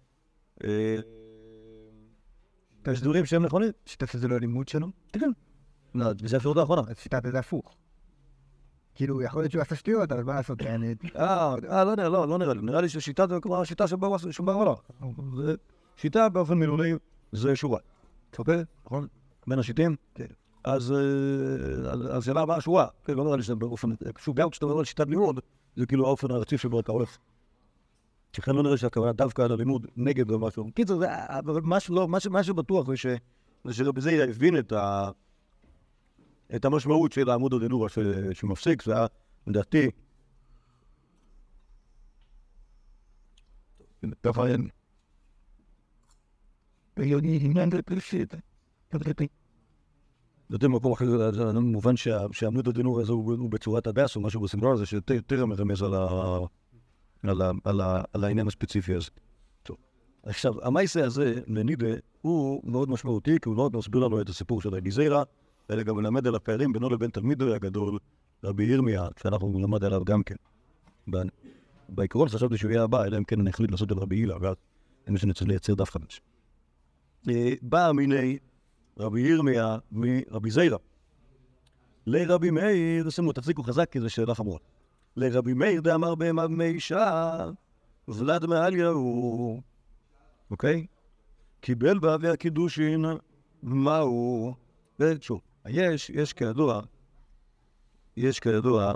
יש דברים שהם נכונים. שיטת זה לא הלימוד שלו? כן. זה אפשרות האחרונה. אז שיטת זה הפוך. כאילו, יכול להיות שהוא עשה שטויות, אבל מה לעשות? לא נראה לי. נראה לי ששיטה זה כמו השיטה שבר עולה. שיטה באופן מילולי זה שורה. אוקיי? נכון? בין השיטים? כן. אז השאלה הבאה שורה. כן, לא נראה לי שזה באופן... גם כשאתה אומר על שיטת לימוד, זה כאילו האופן הרציף שבו אתה הולך. שכן לא נראה שהכוונה דווקא על הלימוד נגד או משהו. קיצור, אבל מה שבטוח זה שרבי זיירא הבין את המשמעות של העמוד הדנורא שמפסיק, זה היה לדעתי. לדעתי מקום אחר, זה מובן שהעמוד הדנורא הזה הוא בצורת הדס או משהו בסגנון הזה שתראה מרמז על העניין הספציפי הזה. טוב. עכשיו, המעשה הזה, לנידה, הוא מאוד משמעותי, כי הוא לא מסביר לנו את הסיפור של רבי זיירא, אלא גם מלמד על הפערים בינו לבין תלמידו הגדול, רבי ירמיה, שאנחנו נלמד עליו גם כן. בעיקרון חשבתי שהוא יהיה הבא, אלא אם כן אני החליט לעשות על רבי הילה, ואז אני שנצטרך לייצר דף חדש. בא מיני רבי ירמיה מרבי זיירא. לרבי מאיר, שימו, תחזיקו חזק, כי זו שאלה חמורה. לרבי מאיר דאמר בהמה במישה, ולד מעליה הוא, אוקיי? קיבל באבי הקידושין, מהו? ושוב, יש כידוע,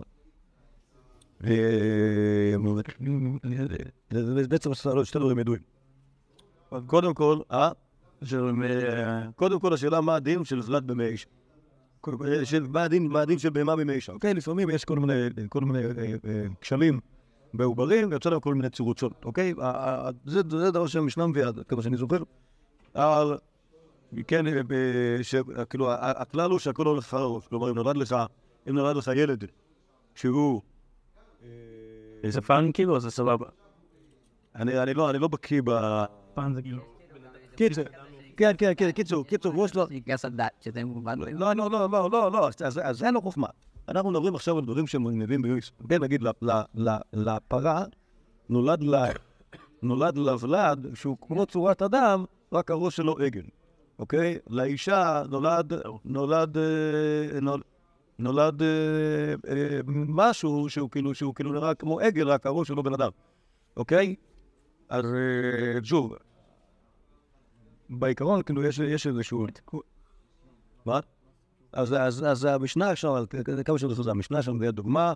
בעצם שתי דברים ידועים. קודם כל השאלה מה הדין של ולד במישה. מה הדין של בהמה במישה. אוקיי, לפעמים יש כל מיני כשלים בעוברים, ויוצא להם כל מיני צורות שונות, אוקיי? זה דבר שהמשנה מביאה, כמה שאני זוכר. כן, כאילו, הכלל הוא שהכל הולך חרוש. כלומר, אם נולד לך ילד שהוא... זה פן כאילו, זה סבבה. אני לא בקיא ב... פן זה כאילו... קיצור, קיצור, יש לו... גס הדת, שזה מובן. לא, אז זה לא חוכמה. אנחנו מדברים עכשיו על דברים שהם נביאים ביוס. בין נגיד לפרה, נולד לה ולד שהוא כמו צורת אדם, רק הראש שלו עגל. אוקיי? לאישה נולד משהו שהוא כאילו נראה כמו עגל, רק הראש שלו בן אדם. אוקיי? אז שוב, בעיקרון כאילו יש איזשהו... מה? אז המשנה שם, כמה שאני חושב, המשנה שם זה דוגמה,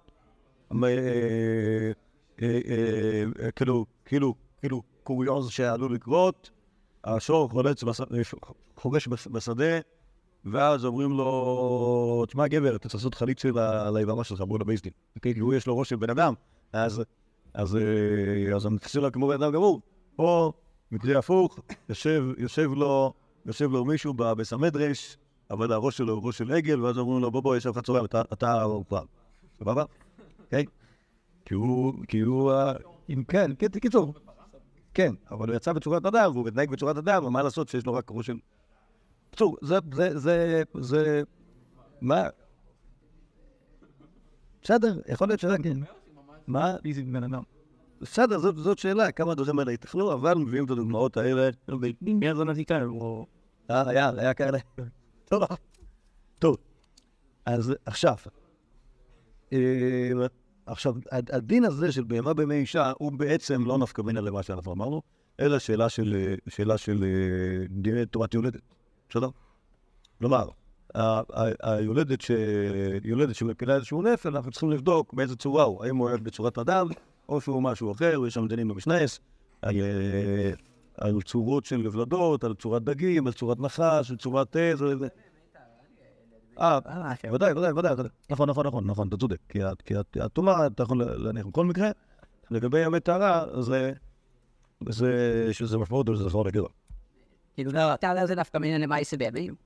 כאילו קוריוז שעלול לקרות, השור חוגש בשדה, ואז אומרים לו, תשמע גבר, אתה צריך לעשות חליץ של היבמה שלך, בוא לבייסדין. כאילו יש לו ראש של בן אדם, אז הם תחסיר לה כמו בן אדם גמור. או מקרה הפוך, יושב לו מישהו בסמדרש, אבל הראש שלו הוא ראש של עגל, ואז אומרים לו, בוא, יש לך צורם, אתה פעם. סבבה? אוקיי? כי הוא... כן, קיצור. כן, אבל הוא יצא בצורת אדם, והוא מתנהג בצורת אדם, ומה לעשות שיש לו רק ראש של... קיצור, זה... מה? בסדר, יכול להיות שרק... מה? איזה בן אדם. בסדר, זאת שאלה, כמה דברים האלה יתכנו, אבל מביאים את הדוגמאות האלה. מי זה נזיקה? היה כאלה. טוב, אז עכשיו, הדין הזה של בהמה במי אישה הוא בעצם לא נפקא מינה למה שאנחנו אמרנו, אלא שאלה של דיני תורת יולדת, בסדר? כלומר, היולדת שמפילה איזשהו נפל, אנחנו צריכים לבדוק באיזה צורה הוא, האם הוא אוהב בצורת אדם, או שהוא משהו אחר, יש שם דינים במשנס, על צורות של ולדות, על צורת דגים, על צורת נחש, על צורת ודאי, נכון, אתה צודק. כי התורה, אתה יכול להניח בכל מקרה, לגבי ימי טהרה, שזה משמעות וזה זכור לגבר. כאילו, טהרה זה דווקא מיני למעשה בימים.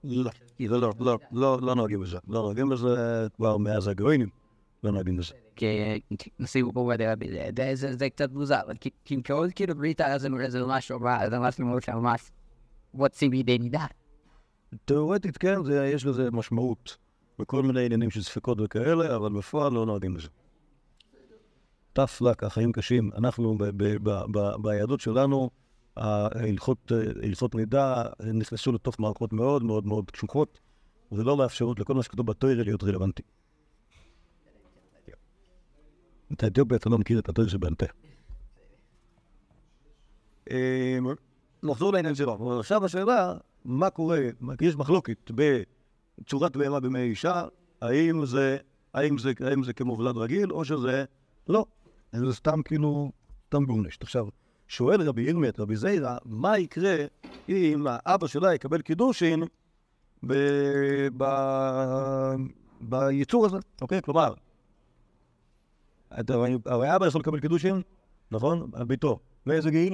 לא נוהגים בזה. לא נוהגים בזה כבר מאז הגויים. לא נוהגים בזה. כי נשים פה זה קצת מוזר. כי כאילו בריטה זה משהו רע, זה משהו מאוד שממש רוצים בידי נידה. תיאורטית כן, יש לזה משמעות בכל מיני עניינים של ספקות וכאלה, אבל בפועל לא נוהגים בזה. תפלק, החיים קשים. אנחנו ביהדות שלנו, ההלכות נידה נכנסו לתוך מערכות מאוד מאוד מאוד קשוחות, ולא מאפשרות לכל מה שכתוב בתורה להיות רלוונטי. את האתיופיה אתה לא מכיר את התורה שבעל פה. נחזור לעניין שלו. עכשיו השאלה, מה קורה? יש מחלוקת בצורת בהמה במי אישה, האם זה כמובלד רגיל, או שזה לא. זה סתם כאילו, סתם גורנשט. עכשיו, שואל רבי ירמיה את רבי זיירא, מה יקרה אם האבא שלה יקבל קידושין ביצור הזה? אוקיי? כלומר, הרי אבא יכול לקבל קידושין, נכון? על ביתו. לאיזה גיל?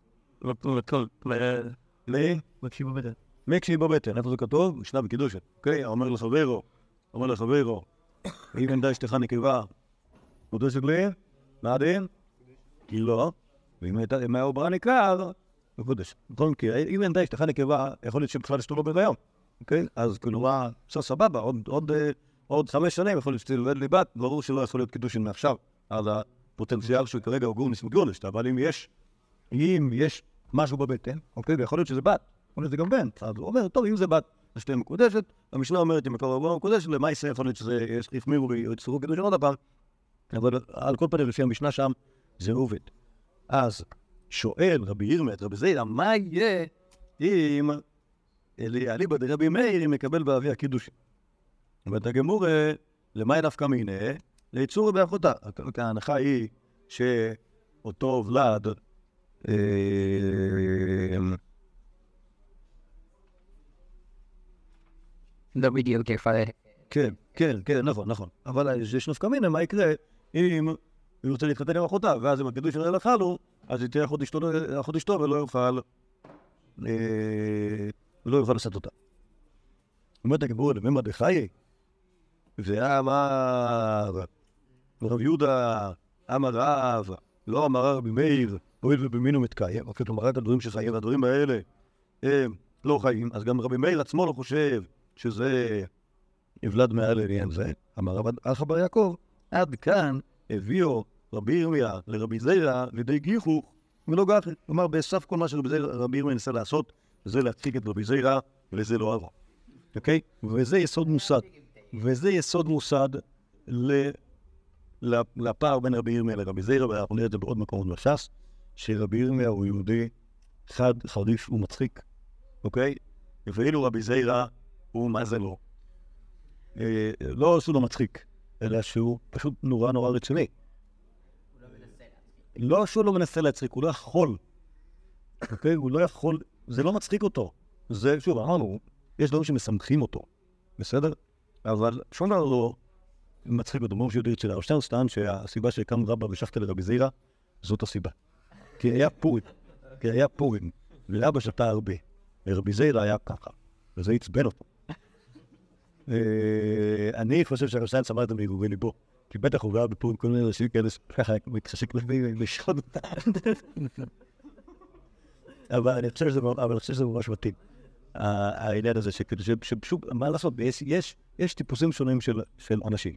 כשהיא בבטן. איפה זה כתוב? משנה בקידושין. אוקיי? אומר לחברו, אם אין די אשתך נקבה, קודשת לי? מה הדין? כי לא. ואם היה עוברה ניכר, הוא קודש. נכון? כי אם אין די אשתך נקבה, יכול להיות שבכלל אשתו לא ביום. אוקיי? אז כלומר, סבבה, עוד 5 שנים יכול להיות שתלמד לי בת, ברור שלא יכול להיות קידושין מעכשיו. אז הפוטנציאל שכרגע הוא גורניס מגורניסט, אבל אם יש משהו בבטן, אוקיי, ויכול להיות שזה בת, יכול להיות שזה גם בן, אז הוא אומר, טוב, אם זה בת, אז שתהיה מקודשת, המשנה אומרת, אם מקור עבורה מקודשת, למה ישראל יכול להיות שזה יחמירו ויצטרכו קידושין עוד הפעם, אבל על כל פנים לפי המשנה שם, זה עובד. אז שואל רבי ירמיה את רבי זיירא, מה יהיה אם אליבא דרבי מאיר מקבל באבי הקידושין? ואת הגמור, למה דווקא מינה? ליצור באחותה. ההנחה היא שאותו ולד לא בדיוק איפה. כן, נכון. אבל יש נפקא מינה, מה יקרה אם הוא רוצה להתחתן עם אחותה, ואז אם הקידושין הלכה לו, אז היא תהיה אחות אשתו ולא יוכל לשאת אותה. אומרת הגמור, לממד חיי, ואמר רב יהודה, אמר רב, לא אמר רבי מאיר, הואיל ובמין הוא מתקיים, כלומר רק הדברים שחיים, והדברים האלה הם לא חיים, אז גם רבי מאיר עצמו לא חושב שזה יבלד מעל לעניין זה. אמר רב אחא בר יעקב, עד כאן הביאו רבי ירמיה לרבי זיירא לידי גיחוך ולא גחך. כלומר, בסף כל מה שרבי ירמיה ניסה לעשות, זה להצחיק את רבי זיירא, וזה לא עבר. אוקיי? וזה יסוד מוסד לפער בין רבי ירמיה לרבי זיירא, ואנחנו נראה את זה בעוד מקומות בש"ס, שרבי ירמיה הוא יהודי חד, חריף ומצחיק, אוקיי? ואילו רבי זיירא הוא מה זה לא. לא שהוא לא מצחיק, אלא שהוא פשוט נורא רציני. לא שהוא לא מנסה להצחיק, הוא לא יכול. אוקיי? הוא לא יכול, זה לא מצחיק אותו. זה, שוב, אמרנו, יש דברים שמסמכים אותו, בסדר? אבל שום דבר לא מצחיק אותו, כמו שיודע אצל הרב שטרן שהסיבה שקם רבא ושחטה לרבי זיירא, זאת הסיבה. כי היה פורים, ואבא שתה הרבה, ורבי זיירא היה ככה, וזה עצבן אותו. אני חושב שהרב שטרן שמע את זה מהגורי ליבו, כי בטח הוא ראה בפורים כל מיני אנשים כאלה שככה מתחשק לשחוט אותה. אבל אני חושב שזה ממש מתאים. העניין הזה שפשוט, מה לעשות, יש טיפוסים שונים של אנשים.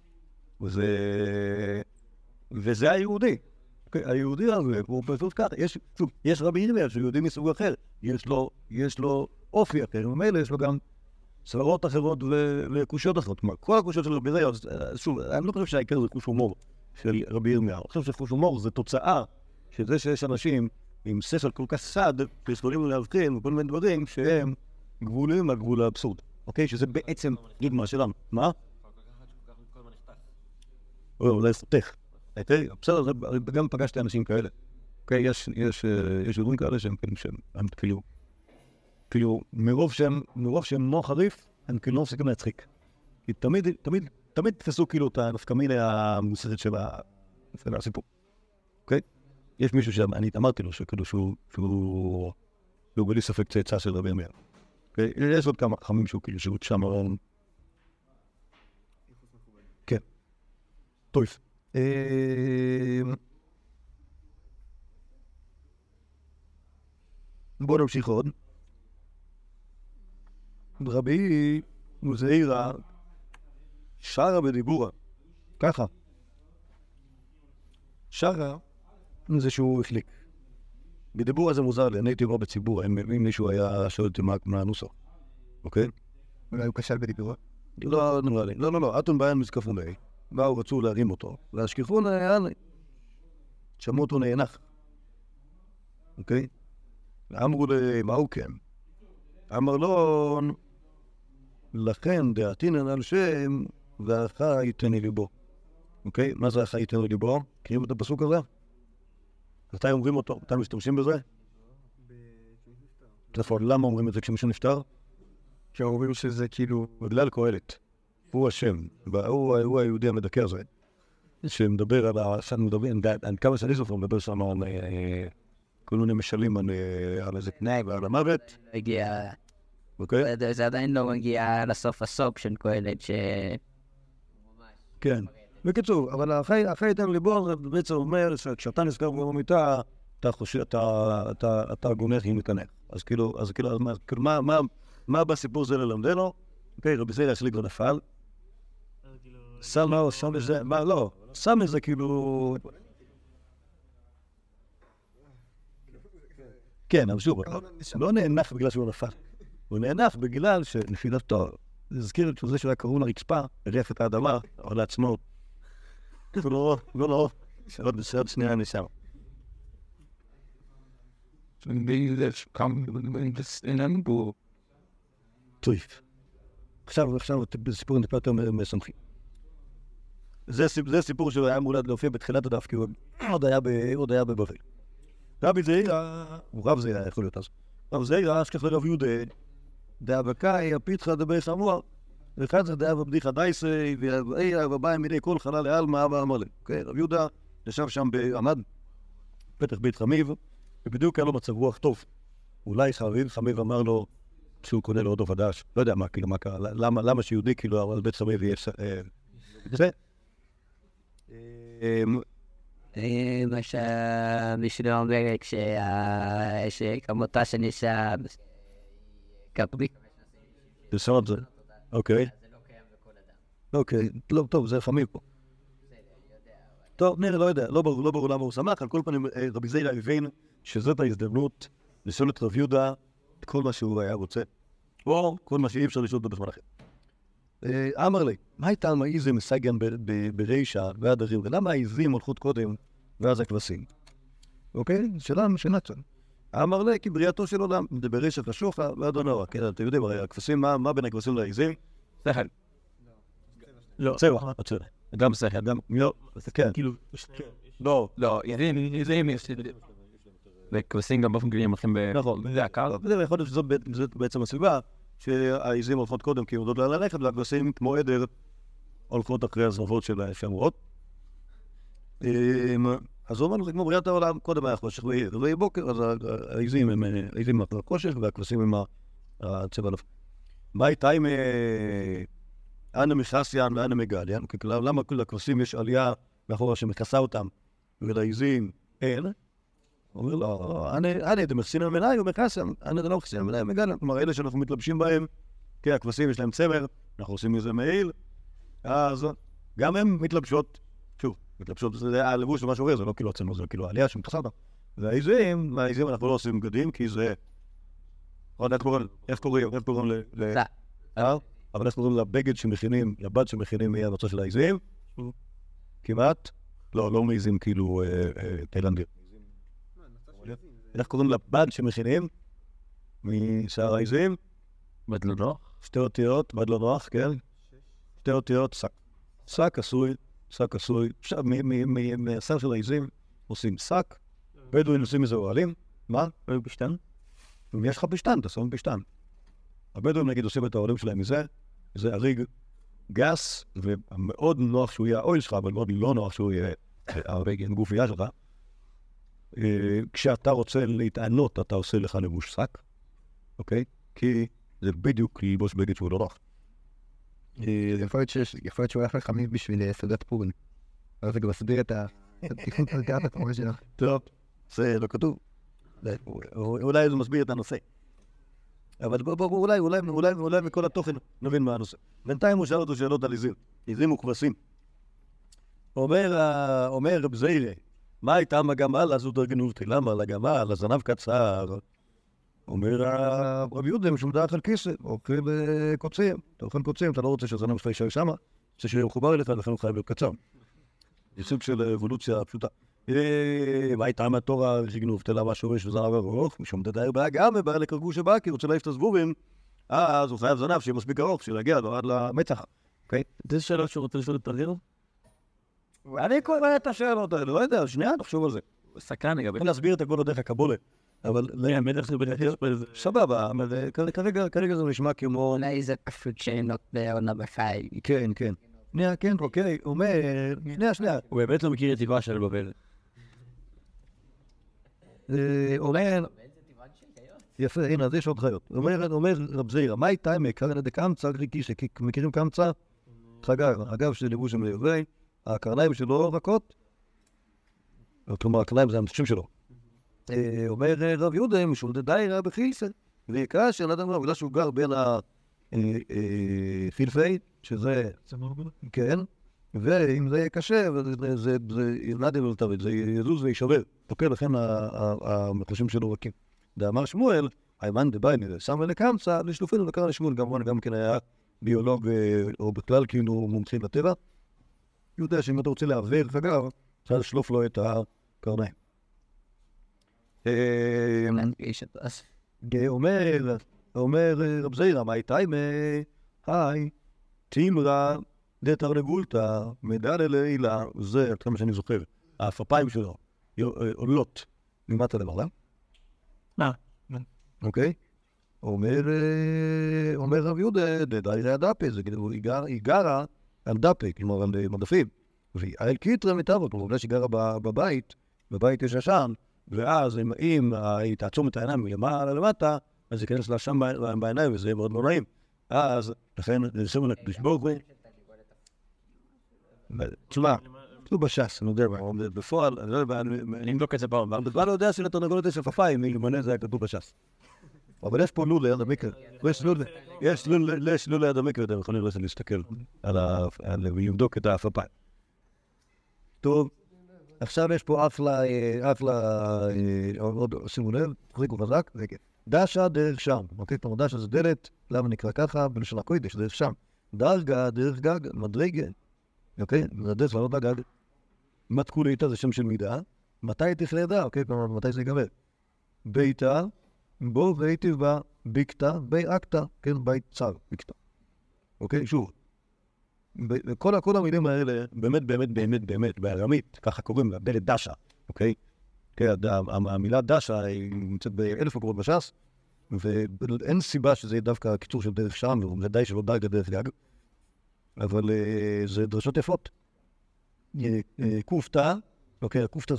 וזה היהודי. היהודי הזה, הוא פשוט ככה. יש רבי ירמיה שהוא יהודי מסוג אחר. יש לו אופי אחר, ומילא יש לו גם סברות אחרות וקושיות אחרות. כלומר, כל הקושיות של רבי זיירא, שוב, אני לא חושב שהעיקר זה חוש הומור של רבי ירמיה. אני חושב שחוש הומור זה תוצאה של זה שיש אנשים עם שכל כל כך סד, שיכולים להבחין וכל מיני דברים שהם גבולים על גבול האבסורד. אוקיי? שזה בעצם דוגמה שלנו. מה? אולי סתך. בסדר, גם פגשתי אנשים כאלה. אוקיי, יש אירועים כאלה שהם כאילו, מרוב שהם לא חריף, הם כאילו לא מפסיקים להצחיק. כי תמיד תפסו כאילו את הנפקמינה המוסרית של הסיפור. אוקיי? יש מישהו שאני אמרתי לו שכאילו שהוא בלי ספק צאצא של רבי ירמיה. יש עוד כמה חכמים שהוא כאילו שהוא שם הרון. כן. טויף. בואו נמשיך עוד. רבי זעירא שרה בדיבורה. ככה. שרה זה שהוא החליק. בדיבורה זה מוזר לי, אני הייתי רואה בציבור, אם מישהו היה שואל אותי מה הנוסח, אוקיי? אולי הוא כשל בדיבורה? לא, נראה לי. לא, אתון בעין מזקפוני, באו רצו להרים אותו, והשקיפון היה לי. שמעו אותו נאנח, אוקיי? אמרו לי, מה הוא כן? אמר לו, לכן דעתינן על שם, והאחה ייתן לי ליבו. אוקיי? מה זה האחה ייתן לי ליבו? קריאים את הפסוק הזה? מתי אומרים אותו? מתי משתמשים בזה? למה אומרים את זה כשמישהו נפטר? כי אומרים שזה כאילו... בגלל קהלת. הוא השם. הוא היהודי המדכא הזה. שמדבר על... כמה שני סופר מדבר שם על... כל מיני משלים על איזה קנאי ועל המוות. הגיע... אוקיי? זה עדיין לא מגיע לסוף הסוף של קהלת ש... כן. בקיצור, אבל האחי ייתן ליבו, זה בעצם אומר שכשאתה נזכר במיטה, אתה חושב, אתה גונך עם מקנך. אז כאילו, מה בסיפור זה ללמדנו? אוקיי, רבי זעירא החליק ונפל. שם איזה, לא, שם איזה כאילו... כן, אבל שוב, לא נאנח בגלל שהוא נפל. הוא נאנח בגלל שנפילתו, זה הזכיר את זה שהיה קרוב לרצפה, הריח את האדמה, אבל לעצמו. לא, שעוד שנייה אני שם. טויף. עכשיו סיפור נפלא יותר משמחים. זה סיפור שהיה מולד להופיע בתחילת הדף, כי הוא עוד היה בבבל. רבי זעירא, הוא רב זעירא יכול להיות אז. רב זעירא, אשכח לרב יהודה, דאבקאי, הפיתחא דבי חמור, ואחד זה דאב בדיחא דייסי, ובא מיני כל חלל לעלמא, אבא אמר לי. אוקיי, רב יהודה ישב שם בעמד, פתח בית חמיב, ובדיוק היה לו מצב רוח טוב. אולי חמיב אמר לו שהוא קונה לו אוטו חדש. לא יודע מה קרה, למה שיהודי כאילו על בית חמיב יהיה... זה? מה שמישהו אומר שכמותה שנשאר קפרי. בסוד זה, אוקיי. אוקיי, לא, טוב, זה חמיב פה. טוב, נראה, לא יודע, לא ברור למה הוא שמח, על כל פנים רבי זעירא הבין שזאת ההזדמנות לשאול את רב יהודה את כל מה שהוא היה רוצה, או כל מה שאי אפשר לשאול אותו בזמן אחר. אמר לי, מה הייתה על העיזים מסגן ברישא ועד הרים, ולמה העיזים הולכות קודם ואז הכבשים? אוקיי? שאלה שנצ'ן. אמר לי, כי בריאתו של עולם, ברישא חשוכה ועד הנורא. כן, אתם יודעים, הרי הכבשים, מה בין הכבשים לעיזים? שכל. לא. צבע, הצבע. גם שכל, גם... לא, כן. כאילו... לא. לא, יזים יש... וכבשים גם באופן כללי הם הולכים נכון. זה הקר. וזה יכול להיות שזאת בעצם הסיבה שהעיזים הולכות קודם כי יודעות ללכת, והכבשים כמו עדר הולכות אחרי הזרבות של השמרות. אז הוא אומר לו, כמו בריאת העולם, קודם היה חושך ויהי בוקר, אז העיזים הם החושך והכבשים הם הצבע נפל. מה הייתה עם אנה מחסיין ואנה מגליין? למה לכבשים יש עלייה מאחורה שמכסה אותם ולעיזים אין? הוא אומר לו, אני דמכסין על מנהי ומכסן, אני לא מכסין על מנהי ומגליין. כלומר, אלה שאנחנו מתלבשים בהם, כי הכבשים יש להם צמר, אנחנו עושים מזה מעיל, אז גם הם מתלבשות, שוב, מתלבשות, זה הלבוש של משהו אחר, זה לא כאילו הצמר, זה כאילו העלייה שמכסה אותם. והעיזים אנחנו לא עושים בגדים, כי זה... איך קוראים ל... אבל איך קוראים לבגד שמכינים, לבד שמכינים מהמצוא של העיזים? כמעט? לא מעיזים כאילו תאילנדים. איך קוראים לבד שמכינים? משער העיזים? בד לא נוח? שתי אותיות, בד לא נוח, כן? שתי אותיות, שק. שק עשוי. עכשיו, מהשר של העיזים עושים שק, בדואים עושים מזה אוהלים, מה? פשטן? אם יש לך פשטן, אתה שם פשטן. הבדואים נגיד עושים את האוהלים שלהם מזה, זה אריג גס, ומאוד נוח שהוא יהיה האוהל שלך, אבל מאוד לא נוח שהוא יהיה הגופייה שלך. כשאתה רוצה להתענות, אתה עושה לך לבוש שק, אוקיי? כי זה בדיוק ללבוש בגד שהוא לא נוח. יכול להיות שהוא הולך לחמים בשביל סעודת פורים. אז זה גם מסביר את התכנון כלכלת התמורה שלך. טוב, זה לא כתוב. אולי זה מסביר את הנושא. אבל אולי מכל התוכן נבין מה הנושא. בינתיים הוא שאל אותו שאלות על עזים. עזים וכבשים. אומר רב זיירה, מה הייתה הגמל הזו דרגנובתי? למה? לגמל, הזנב קצר. אומר רב יהודה, משום דרך על כיסא, אוכל קוצים. אתה אוכל קוצים, אתה לא רוצה שהזנב שלך יישאר שמה, רוצה שיהיה מחובר אליך, לכן הוא חייב להיות קצר. זה סוג של אבולוציה פשוטה. מה הייתה מהתורה שגנובתי לה מה שורש וזנב ארוך, משום דדייר באגם ובא לקרגוש הבא, כי רוצה להעיף את הזבובים, אז הוא חייב זנב שיהיה מספיק ארוך, שיגיע לו עד למצח. אוקיי? זה שאלה שהוא רוצה לשאול את תרגיל? אני קורא את השאלות האלה, לא יודע, שנייה, נחשוב על זה. סקרן לגבי. יכול להסביר את הכל עוד דרך הקבולה, אבל המדח זה בדרך כלל זה... סבבה, אבל כרגע זה נשמע כמו... אולי זה פשוט שאלות בעונה בחיים. כן, כן. שנייה, כן, אוקיי, אומר... שנייה. הוא באמת לא מכיר את טבעה של בבל. אומר... יפה, הנה, אז יש עוד חיות. אומר רב זיירה, מה הייתה מקרן עד קמצא ריקישא? כי מכירים קמצא? חגר, אגב של לבוש המלווה, הקרניים שלו רכות. כלומר, הקרניים זה המשכים שלו. אומר רב יהודה, משום דדיירא בחילפא. ויקרא של אדם רב, בגלל שהוא גר בין החילפי, שזה... כן. ואם זה יהיה קשה, זה ינדל ולטרית, זה יזוז וישבר. אוקיי, לכן המחושים שלו רכים. דאמר שמואל, הימן דבייני, שם ולקמצא, לשלופינו וקרא לשמואל, גם כן היה ביולוג, או בכלל כאילו מומחים לטבע. יודע שאם אתה רוצה לעבר חגר, צריך לשלוף לו את הקרניים. אומר רב זיירה, מה הייתה היי, תימרה דתרנגולתא, מדליה לעילה, זה עד כמה שאני זוכר, האפרפיים שלו עולות למטה למעלה. אוקיי? אומר רב יהודה, דדיירא דפי, זה כאילו, היא גרה על דפי, כלומר על מדפים. והיא קיטרא מטבע, כלומר, בגלל שהיא גרה בבית יש ישן, ואז אם היא תעצום את העיניים מלמעלה למטה, אז היא ייכנס לה שם בעיניים, וזה יהיה מאוד מאוד נעים. אז, לכן, נשאר לשבור כבר. תשמע, כתוב בש"ס, אני יודע, בפועל, אני לא יודע, אני אבדוק את זה פעם. אני בכלל לא יודע שלתרנגולת יש אפרפיים, אם זה היה כתוב בש"ס. אבל יש פה לול ליד המקרה. יש לול ליד המקרה, אתם יכולים להסתכל ולבדוק את האפרפיים. טוב, עכשיו יש פה אחלה, שימו לב, תחזיקו חזק, דשה דרך שם, אוקיי? כלומר, דשה זה דלת, למה נקרא ככה? בלשון הקודש, דרך שם. דרגה, דרך גג, מדרגה, אוקיי? זה הדרך לעלות לגג. מתכוליתא זה שם של מידה, מתי תכלה ידה, אוקיי? כלומר, מתי זה ייגמר? ביתה, בו והייתי בה, ביקתא, בי אקתא, כן? בית צר, ביקתא. אוקיי? שוב. כל המילים האלה, באמת, בארמית, ככה קוראים לה, דלת דשה, אוקיי? כן, המילה דשה היא נמצאת ב1000 מקומות בש"ס, ואין סיבה שזה יהיה דווקא הקיצור של דרך שם, וזה די שלא דרגה דרך גג, אבל זה דרשות יפות. קופתא, אוקיי, הקופתא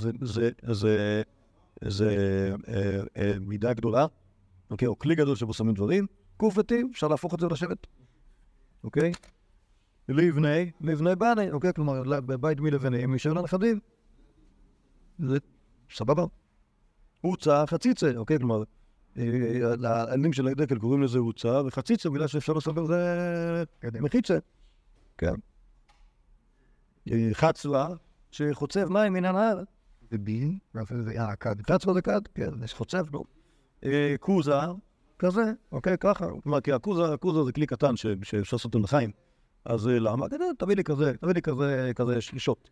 זה מידה גדולה, אוקיי, או כלי גדול שבו שמים דברים, קופתי, אפשר להפוך את זה לשבט, אוקיי? לבני בני, אוקיי, כלומר, בבית מלבנים, משאר לנכדים. זה סבבה. הוצא חציצה, אוקיי, כלומר, העלים של הדקל קוראים לזה הוצא, וחציצה, בגלל שאפשר לסבר זה מחיצה. כן. חצווה, שחוצב מים מן הנהר. ובין, זה כד. חצווה זה כד, כן, יש חוצב, לא. קוזה, כזה, אוקיי, ככה. כלומר, כי הקוזה זה כלי קטן שאפשר לעשות אותו לחיים. אז למה? תביא לי כזה שלישות.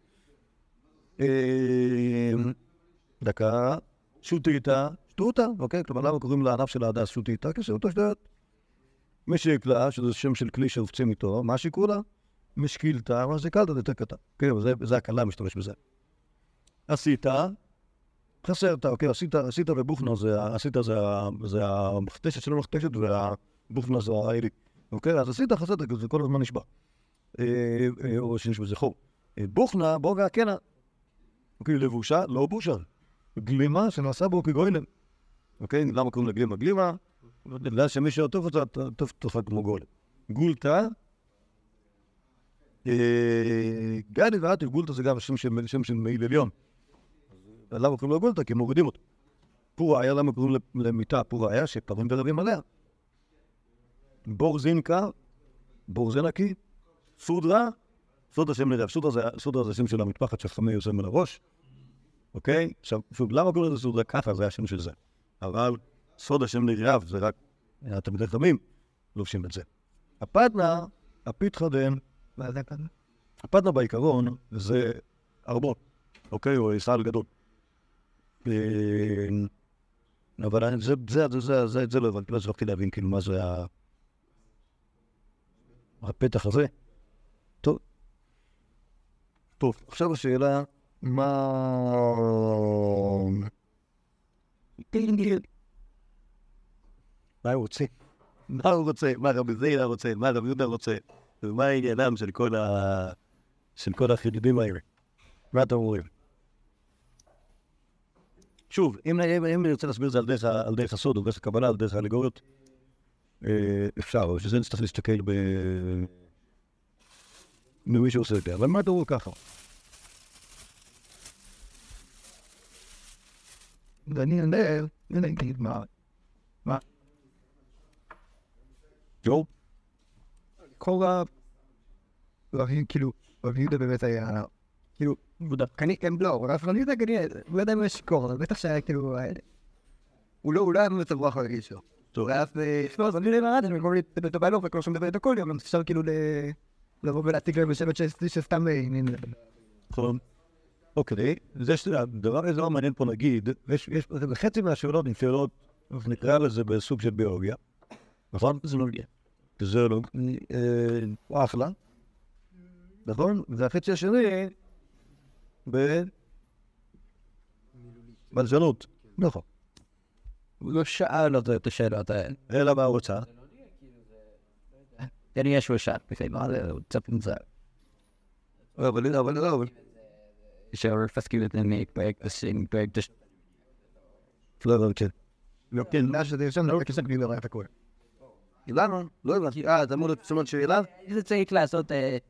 דקה, שוטיתא, שטותא, אוקיי? כלומר, למה קוראים לענף של ההדס שוטיתא? כשאותו שטות. משיקלה, שזה שם של כלי שהופצים איתו, מה שיקולה? משקילתא, מה שקלתא, זה יותר קטן. כן, זה הקלה משתמש בזה. עשיתא, חסר, אוקיי, עשית ובוכנה, זה המכתשת של המכתשת, והבוכנה זה העילי. אוקיי, אז עשית, חסרת, זה כל הזמן נשבע. או שיש בזה חור. בוכנה, בוא והקנה. אוקיי, לבושה, לא בושה. גלימה שנעשה בו כגוילם. אוקיי, למה קוראים לגלימה? גלימה, בגלל שמי שעוטף אותה, תופק כמו גולם. גולתה, גדי ועטף, גולתה זה גם שם של מעיל עליון. למה קוראים לו גולתה? כי מורידים אותו. פוריה, למה קוראים למיטה? פוריה שפרים ורבים עליה. בורזינקה, בורזנקי, סודרה, סודרה שם לרב. סודרה זה שם של המטפחת שחמי יושם על הראש. אוקיי? עכשיו, למה קוראים לזה סודרה? ככה זה השם של זה. אבל סודה שם לרב זה רק התלמידי חכמים לובשים את זה. הפדנה, הפיתחדן, הפדנה בעיקרון זה ארבון, אוקיי? או סל גדול. אבל זה לא הבנתי, לא הצלחתי להבין כאילו מה זה הפתח הזה. טוב, עכשיו השאלה, מה הוא רוצה? מה הוא רוצה? מה רבי זיירה רוצה? מה רבי יהודה רוצה? ומה העניינם של כל החידודים האלה? מה אתם אומרים? שוב, אם אני רוצה להסביר את זה על דרך הסוד, או דרך הקבלה, על דרך האלגוריות, אפשר, אבל שזה נצטרך להסתכל במי שעושה את זה. אבל מה אתה רואה ככה? ואני אומר, מה? ג'ו? כל הרבים, כאילו, רבי יהודה באמת היה, כאילו, הם לא, רבי יהודה כנראה, לא יודע אם יש קור, אבל בטח שהיה כאילו, הוא לא היה במצב רוח הרגיש שלו. ואז, אז אני למעט, אני קורא את הבעלו, וכמו שהוא מדבר את הכל יום, אפשר כאילו לבוא ולהציג להם בשבט שסתם נכון. אוקיי, זה דבר איזה לא מעניין פה נגיד, חצי מהשאלות הן שאלות, נקרא לזה בסוג של ביולוגיה, נכון? זה לא נגיע. זה לא, אחלה, נכון? והחצי השני, בלשנות, נכון. הוא לא שאל אותו את השאלות האלה. אלא מה הוא רוצה? אני יש לו שאל, מה זה, הוא קצת מוזר. אבל שהרפסקים את נמי פרויקט עושים, פרויקט דש... לא, כן. לא, כן, מה שזה יושב, לא כסף לי לראה את הכל. למה? לא הבנתי. זה אמור להיות סימן שאלה? זה צריך לעשות...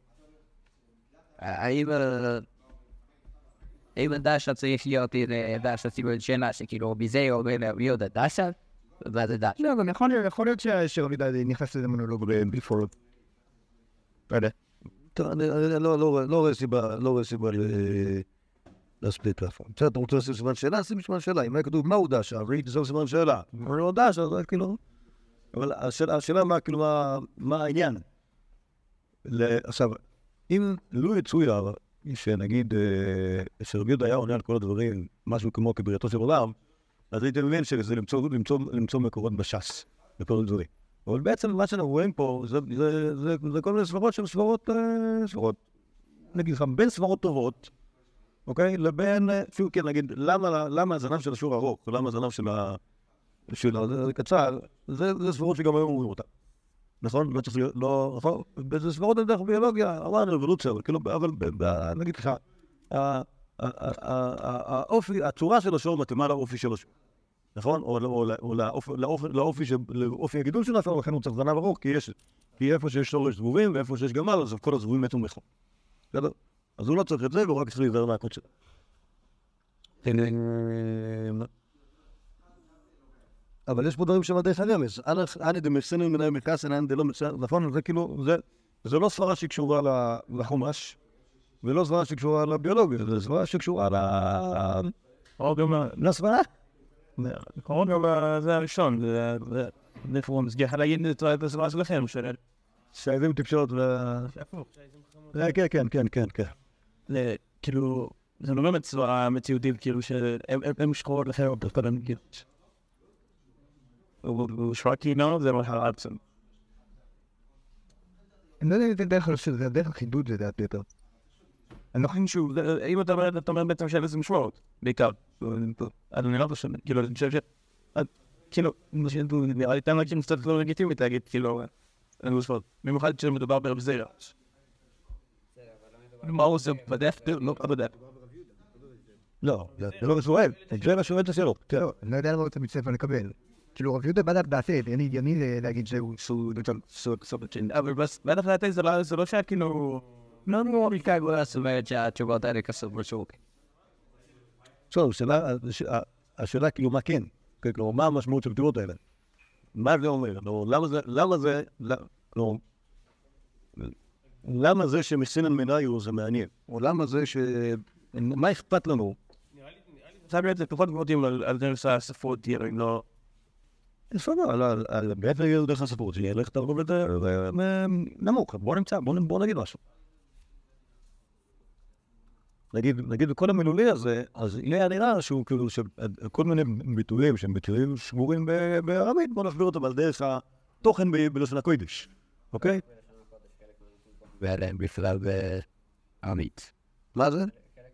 האם הדשה צריך להיות דשה סימן שאלה שכאילו מזה עובר להביא עוד הדשה? ואז הדשה. לא, אבל יכול להיות שרבידה נכנס לזה מונולוג בפורט. לא יודע. לא רואה סיבה להספיק לפעמים. בסדר, אתה רוצה לשים סימן שאלה? שים סימן שאלה. אם היה כתוב מהו דשה, ראיתי זו סימן שאלה. אמרו לו דשה, זה כאילו... אבל השאלה מה העניין? עכשיו, אם לא יצויה, שנגיד, שרבי יהודה היה עונה על כל הדברים, משהו כמו כבריאתו של עולם, אז הייתי מבין שזה למצוא מקורות בש"ס, לכל הדברים. אבל בעצם מה שאנחנו רואים פה, זה כל מיני סברות שהן סברות, נגיד לך, בין סברות טובות, אוקיי? לבין, אפילו כן, נגיד, למה הזנב של השור ארוך, ולמה הזנב של הקצר, זה סברות שגם היום אומרים אותה. נכון? לא צריך להיות, לא, נכון? זה סברות על דרך ביולוגיה, אמרנו אבולוציה, אבל נגיד לך, הצורה של השור מתאימה לאופי של השור. נכון? או לאופי הגידול של השור, לכן הוא צריך זנב ארוך, כי איפה שיש שורש זבובים, ואיפה שיש גמל, אז כל הזבובים מתו מחום. בסדר? אז הוא לא צריך את זה, והוא רק צריך להיזהר מהקוד שלו. אבל יש פה דברים שמדי חרמס. אני דמסנו מנהל מקסן, אני דלא מצא, נכון? זה כאילו, זה לא סברה שקשורה לחומש, ולא סברה שקשורה לביולוגיה, זה סברה שקשורה לסברה. נכון, גם זה הראשון, זה נפרום, זה גחל להגיד את הסברה שלכם, שהאיבים תקשורת כן. כאילו, זה לא באמת סברה מציאותית, כאילו שהם שחורות לכם, או דווקא נגיד. ושרקי נו, זה מה הרצון. אני לא יודע אם זה דרך החידוד לדעת יותר. אני לא חושב שהוא, אם אתה אומר בעצם שאין לזה משמעות, בעיקר. אז אני לא חושב, כאילו, אני חושב כאילו, נראה לי תן להגיד קצת לא לגיטימית להגיד, כאילו, אין משמעות. במיוחד כשמדובר ברבזירה. מה הוא עושה בדף? לא בדף. לא, זה לא שואל. זה לא שואל את השאלות. אני לא יודע למה אתה מצטרף לקבל. כאילו, רב יהודה בדף בעתיד, אין הגיוני להגיד שהוא סובצ'ין. אבל בדף לעתיד זה לא שהיה כאילו... לא נורא מכאן גולה סוברת שהתשובות האלה כסוף משהו. טוב, השאלה כאילו מה כן? כאילו, מה המשמעות של התשובות האלה? מה זה אומר? למה זה שמסינן מנהיו זה מעניין? או למה זה מה אכפת לנו? נראה לי זה פחות גבוהים על דרך הספרות, אם לא... בסדר, בעצם יהיה דרך הספרות, שילך תרבות לזה, נמוך, בוא נגיד משהו. נגיד בכל המילולי הזה, אז יהיה נראה שהוא כאילו, שכל מיני ביטויים שהם ביטויים שמורים בערבית, בוא נסביר אותם על דרך התוכן בלשון הקודש, אוקיי? ועליהם בכלל בערבית. מה זה?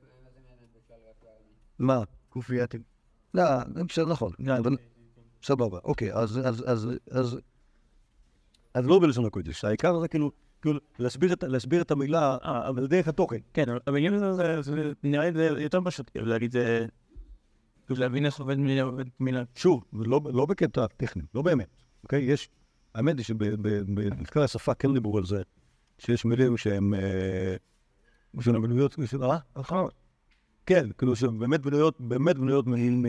מה? קופייתים. לא, בסדר, נכון. סבבה, אוקיי, אז לא בלשון הקודש, העיקר זה כאילו להסביר את המילה, אבל דרך התוכן. כן, אבל זה נראה לי יותר פשוט, להגיד זה... להבין איך עובד מילה. שוב, לא בקטע טכני, לא באמת, אוקיי? יש... האמת היא שבמחקר השפה כן דיברו על זה, שיש מילים שהן... בנויות... כן, כאילו שבאמת בנויות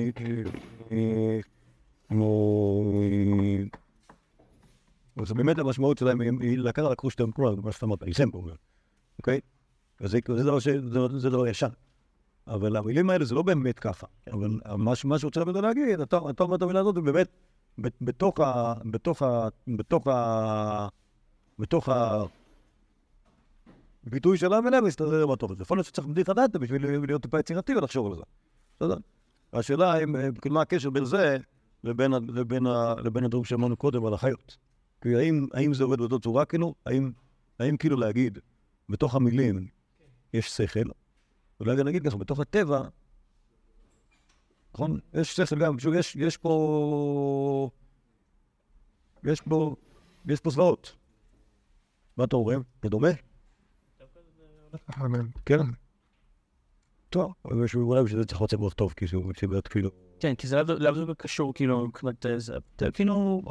אז באמת המשמעות שלהם היא לקחו שאתם קוראים, מה שאתה אמרת, איסם פה, אוקיי? וזה דבר ישן. אבל המילים האלה זה לא באמת ככה. אבל מה שרוצה לבד להגיד, אתה אומר את המילה הזאת, באמת, בתוך הביטוי של המילה, מסתדר מה טוב. יכול להיות שצריך בדיחה דעת בשביל להיות טיפה יצירתי ולחשוב על זה. בסדר? השאלה היא, מה הקשר בין זה לבין הדברים שאמרנו קודם על החיות? כי האם זה עובד באותו צורה כאילו? האם כאילו להגיד, בתוך המילים יש שכל? אולי גם נגיד ככה, בתוך הטבע, נכון? יש שכל גם, יש פה זוועות. מה אתה אומרים? זה דומה? כן. טוב, אבל אולי שזה צריך לצאת מאוד טוב, כי זה באמת כאילו... כן, כי זה לא קשור כאילו, כאילו...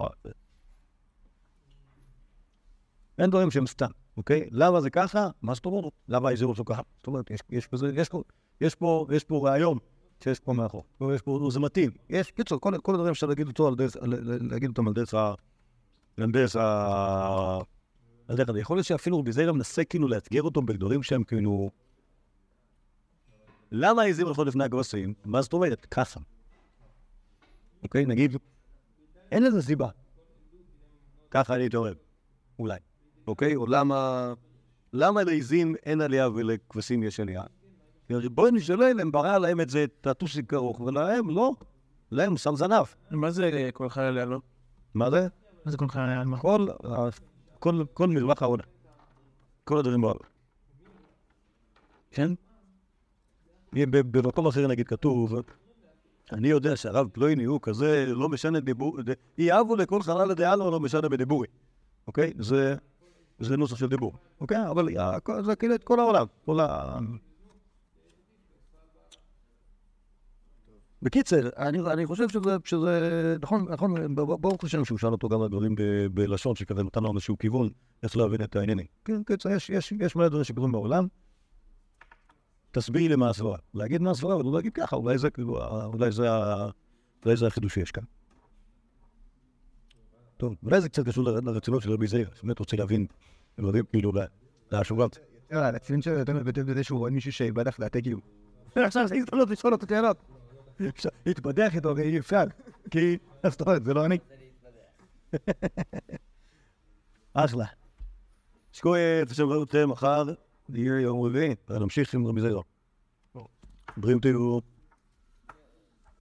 אין דברים שהם סתם, אוקיי? למה זה ככה? מה זאת אומרת? למה זה לא ככה? זאת אומרת, יש פה רעיון שיש פה מאחור. זה מתאים. יש, קיצור, כל הדברים אפשר להגיד אותם על דרך יכול להיות שאפילו בזה גם ננסה כאילו לאתגר אותם בדברים שהם כאילו... למה העזים הולכות לפני הכבשים? מה זאת אומרת? ככה. אוקיי? נגיד, אין לזה סיבה. ככה אני אתעורר. אולי. אוקיי? או למה לעזים אין עלייה ולכבשים יש עלייה? בואי נשאלה להם, ברא להם את זה, תטוסי כרוך, ולהם לא. להם שם זנב. מה זה כל חי עליה, לא? מה זה? מה זה כל חי עליה? כל מרווח העונה. כל הדברים בעולם. כן? במקום אחר נגיד כתוב, אני יודע שהרב פלויני הוא כזה, לא משנה דיבור, יאהבו לכל חלל הדעה לו, לא משנה בדיבורי. אוקיי? זה נוסח של דיבור. אוקיי? אבל זה כאילו את כל העולם. בקיצר, אני חושב שזה נכון, ברור חושב שהוא שאל אותו גם הדברים בלשון שכזה נתן לו איזשהו כיוון איך להבין את העניינים. כן, קיצר, יש מלא דברים שקורים בעולם. תסביר לי מה הסברה. להגיד מה הסברה, ולא להגיד ככה, אולי זה החידוש שיש כאן. טוב, אולי זה קצת קשור לרצינות של רבי זעיר, שבאמת רוצה להבין כאילו להשובות. הרצינות שלו יותר מבטא בזה שהוא רואה מישהו שבדח דעתי כאילו. עכשיו זה לשאול אותו תיאלות. התבדח איתו, אי אפשר, כי זה לא אני. אחלה. שקוי, תשמעו אתם מחר, יהיה יום רביעי, ונמשיך עם רבי זעיר. בריאים תהיו.